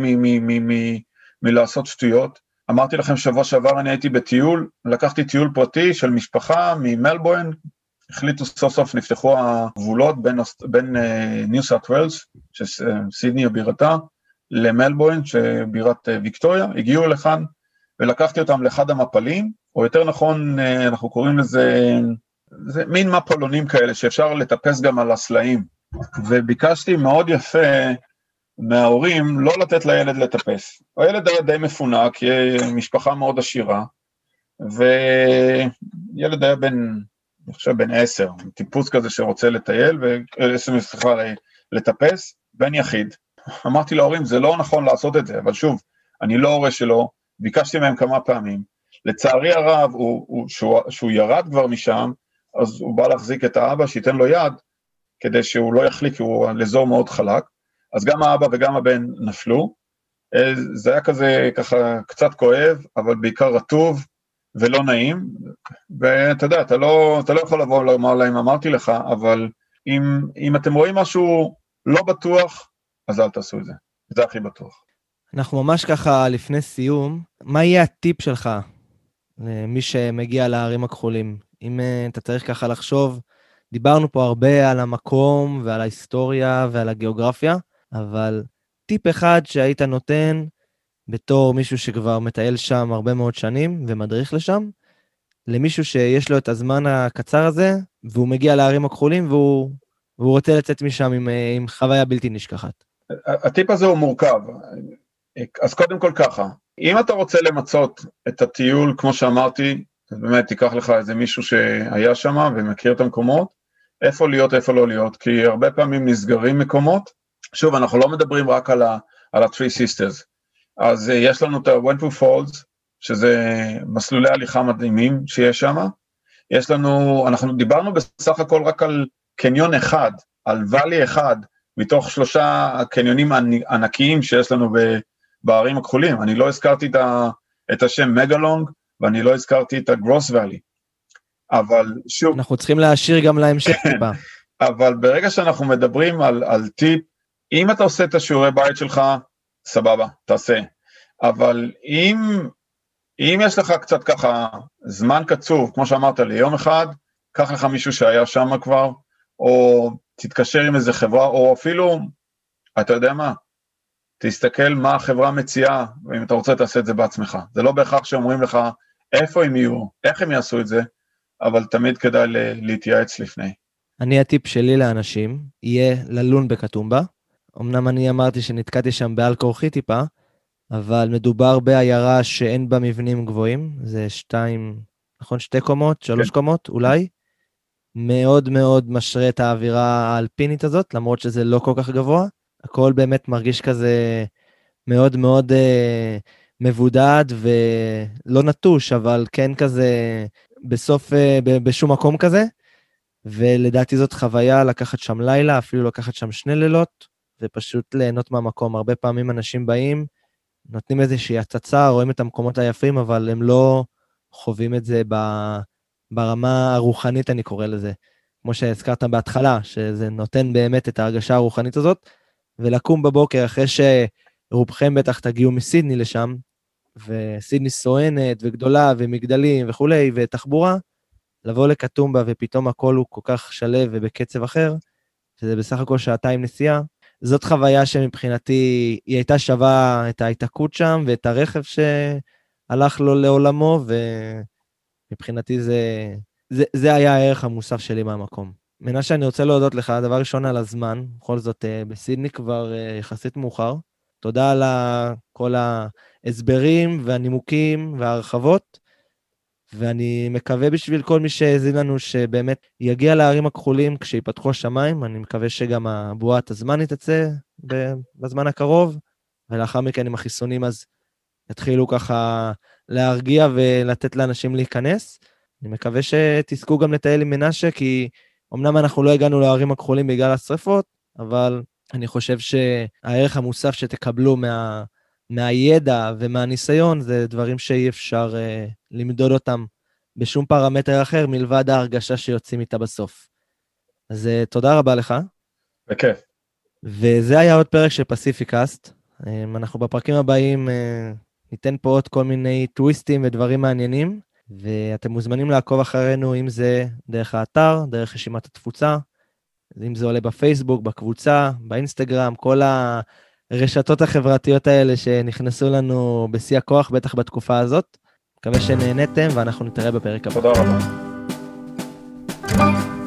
מלעשות שטויות. אמרתי לכם שבוע שעבר אני הייתי בטיול, לקחתי טיול פרטי של משפחה ממלבורן, החליטו סוף סוף נפתחו הגבולות בין, בין ניו סאות' ווילס, שסידני הבירתה, למלבורן שבירת ויקטוריה, הגיעו לכאן, ולקחתי אותם לאחד המפלים, או יותר נכון, אנחנו קוראים לזה, זה מין מפלונים כאלה, שאפשר לטפס גם על הסלעים, וביקשתי מאוד יפה מההורים, לא לתת לילד לטפס. הילד היה די מפונק, כי משפחה מאוד עשירה, וילד היה בן, אני חושב בן עשר, טיפוס כזה שרוצה לטייל, וסליחה, לטפס, בן יחיד. אמרתי להורים, זה לא נכון לעשות את זה, אבל שוב, אני לא הורה שלו, ביקשתי מהם כמה פעמים, לצערי הרב, הוא, הוא, שהוא, שהוא ירד כבר משם, אז הוא בא להחזיק את האבא, שייתן לו יד, כדי שהוא לא יחליק, הוא על אזור מאוד חלק, אז גם האבא וגם הבן נפלו, זה היה כזה ככה קצת כואב, אבל בעיקר רטוב ולא נעים, ואתה יודע, אתה לא, אתה לא יכול לבוא לומר להם, אמרתי לך, אבל אם, אם אתם רואים משהו לא בטוח, אז אל תעשו את זה, זה הכי בטוח. אנחנו ממש ככה לפני סיום, מה יהיה הטיפ שלך למי שמגיע להרים הכחולים? אם אתה צריך ככה לחשוב, דיברנו פה הרבה על המקום ועל ההיסטוריה ועל הגיאוגרפיה, אבל טיפ אחד שהיית נותן בתור מישהו שכבר מטייל שם הרבה מאוד שנים ומדריך לשם, למישהו שיש לו את הזמן הקצר הזה, והוא מגיע להרים הכחולים והוא, והוא רוצה לצאת משם עם, עם חוויה בלתי נשכחת. הטיפ הזה הוא מורכב, אז קודם כל ככה, אם אתה רוצה למצות את הטיול, כמו שאמרתי, אז באמת תיקח לך איזה מישהו שהיה שם ומכיר את המקומות, איפה להיות, איפה לא להיות, כי הרבה פעמים נסגרים מקומות, שוב, אנחנו לא מדברים רק על ה, על ה-Three Sisters, אז יש לנו את ה-Wentworth Falls, שזה מסלולי הליכה מדהימים שיש שם. יש לנו, אנחנו דיברנו בסך הכל רק על קניון אחד, על ואלי אחד, מתוך שלושה קניונים ענקיים שיש לנו בערים הכחולים. אני לא הזכרתי את, ה, את השם מגלונג, ואני לא הזכרתי את הגרוס ואלי. אבל שוב... אנחנו צריכים להשאיר גם להמשך טיפה. אבל ברגע שאנחנו מדברים על, על טיפ, אם אתה עושה את השיעורי בית שלך, סבבה, תעשה. אבל אם, אם יש לך קצת ככה זמן קצוב, כמו שאמרת לי, יום אחד, קח לך מישהו שהיה שם כבר, או תתקשר עם איזה חברה, או אפילו, אתה יודע מה, תסתכל מה החברה מציעה, ואם אתה רוצה תעשה את זה בעצמך. זה לא בהכרח שאומרים לך איפה הם יהיו, איך הם יעשו את זה, אבל תמיד כדאי להתייעץ לפני. אני הטיפ שלי לאנשים, יהיה ללון בקטומבה. אמנם אני אמרתי שנתקעתי שם בעל כורחי טיפה, אבל מדובר בעיירה שאין בה מבנים גבוהים, זה שתיים, נכון? שתי קומות, שלוש כן. קומות, אולי. מאוד מאוד משרה את האווירה האלפינית הזאת, למרות שזה לא כל כך גבוה. הכל באמת מרגיש כזה מאוד מאוד אה, מבודד ולא נטוש, אבל כן כזה בסוף, אה, בשום מקום כזה. ולדעתי זאת חוויה לקחת שם לילה, אפילו לקחת שם שני לילות, ופשוט ליהנות מהמקום. הרבה פעמים אנשים באים, נותנים איזושהי הצצה, רואים את המקומות היפים, אבל הם לא חווים את זה ברמה הרוחנית, אני קורא לזה. כמו שהזכרת בהתחלה, שזה נותן באמת את ההרגשה הרוחנית הזאת, ולקום בבוקר, אחרי שרובכם בטח תגיעו מסידני לשם, וסידני סואנת וגדולה ומגדלים וכולי, ותחבורה, לבוא לקטומבה ופתאום הכל הוא כל כך שלב ובקצב אחר, שזה בסך הכל שעתיים נסיעה. זאת חוויה שמבחינתי היא הייתה שווה את ההתעקות שם, ואת הרכב שהלך לו לעולמו, ומבחינתי זה, זה, זה היה הערך המוסף שלי מהמקום. מנשה, אני רוצה להודות לך, דבר ראשון על הזמן, בכל זאת בסידני כבר יחסית מאוחר. תודה על כל ההסברים והנימוקים וההרחבות, ואני מקווה בשביל כל מי שהזין לנו שבאמת יגיע לערים הכחולים כשיפתחו השמיים, אני מקווה שגם הבועת הזמן יתצא בזמן הקרוב, ולאחר מכן עם החיסונים אז יתחילו ככה להרגיע ולתת לאנשים להיכנס. אני מקווה שתזכו גם לטייל עם מנשה, כי אמנם אנחנו לא הגענו לערים הכחולים בגלל השריפות, אבל אני חושב שהערך המוסף שתקבלו מה... מהידע ומהניסיון, זה דברים שאי אפשר uh, למדוד אותם בשום פרמטר אחר, מלבד ההרגשה שיוצאים איתה בסוף. אז uh, תודה רבה לך. בכיף. וזה היה עוד פרק של פסיפיקאסט. Um, אנחנו בפרקים הבאים uh, ניתן פה עוד כל מיני טוויסטים ודברים מעניינים, ואתם מוזמנים לעקוב אחרינו, אם זה דרך האתר, דרך רשימת התפוצה, אם זה עולה בפייסבוק, בקבוצה, באינסטגרם, כל ה... הרשתות החברתיות האלה שנכנסו לנו בשיא הכוח, בטח בתקופה הזאת. מקווה שנהנתם, ואנחנו נתראה בפרק הבא. תודה רבה.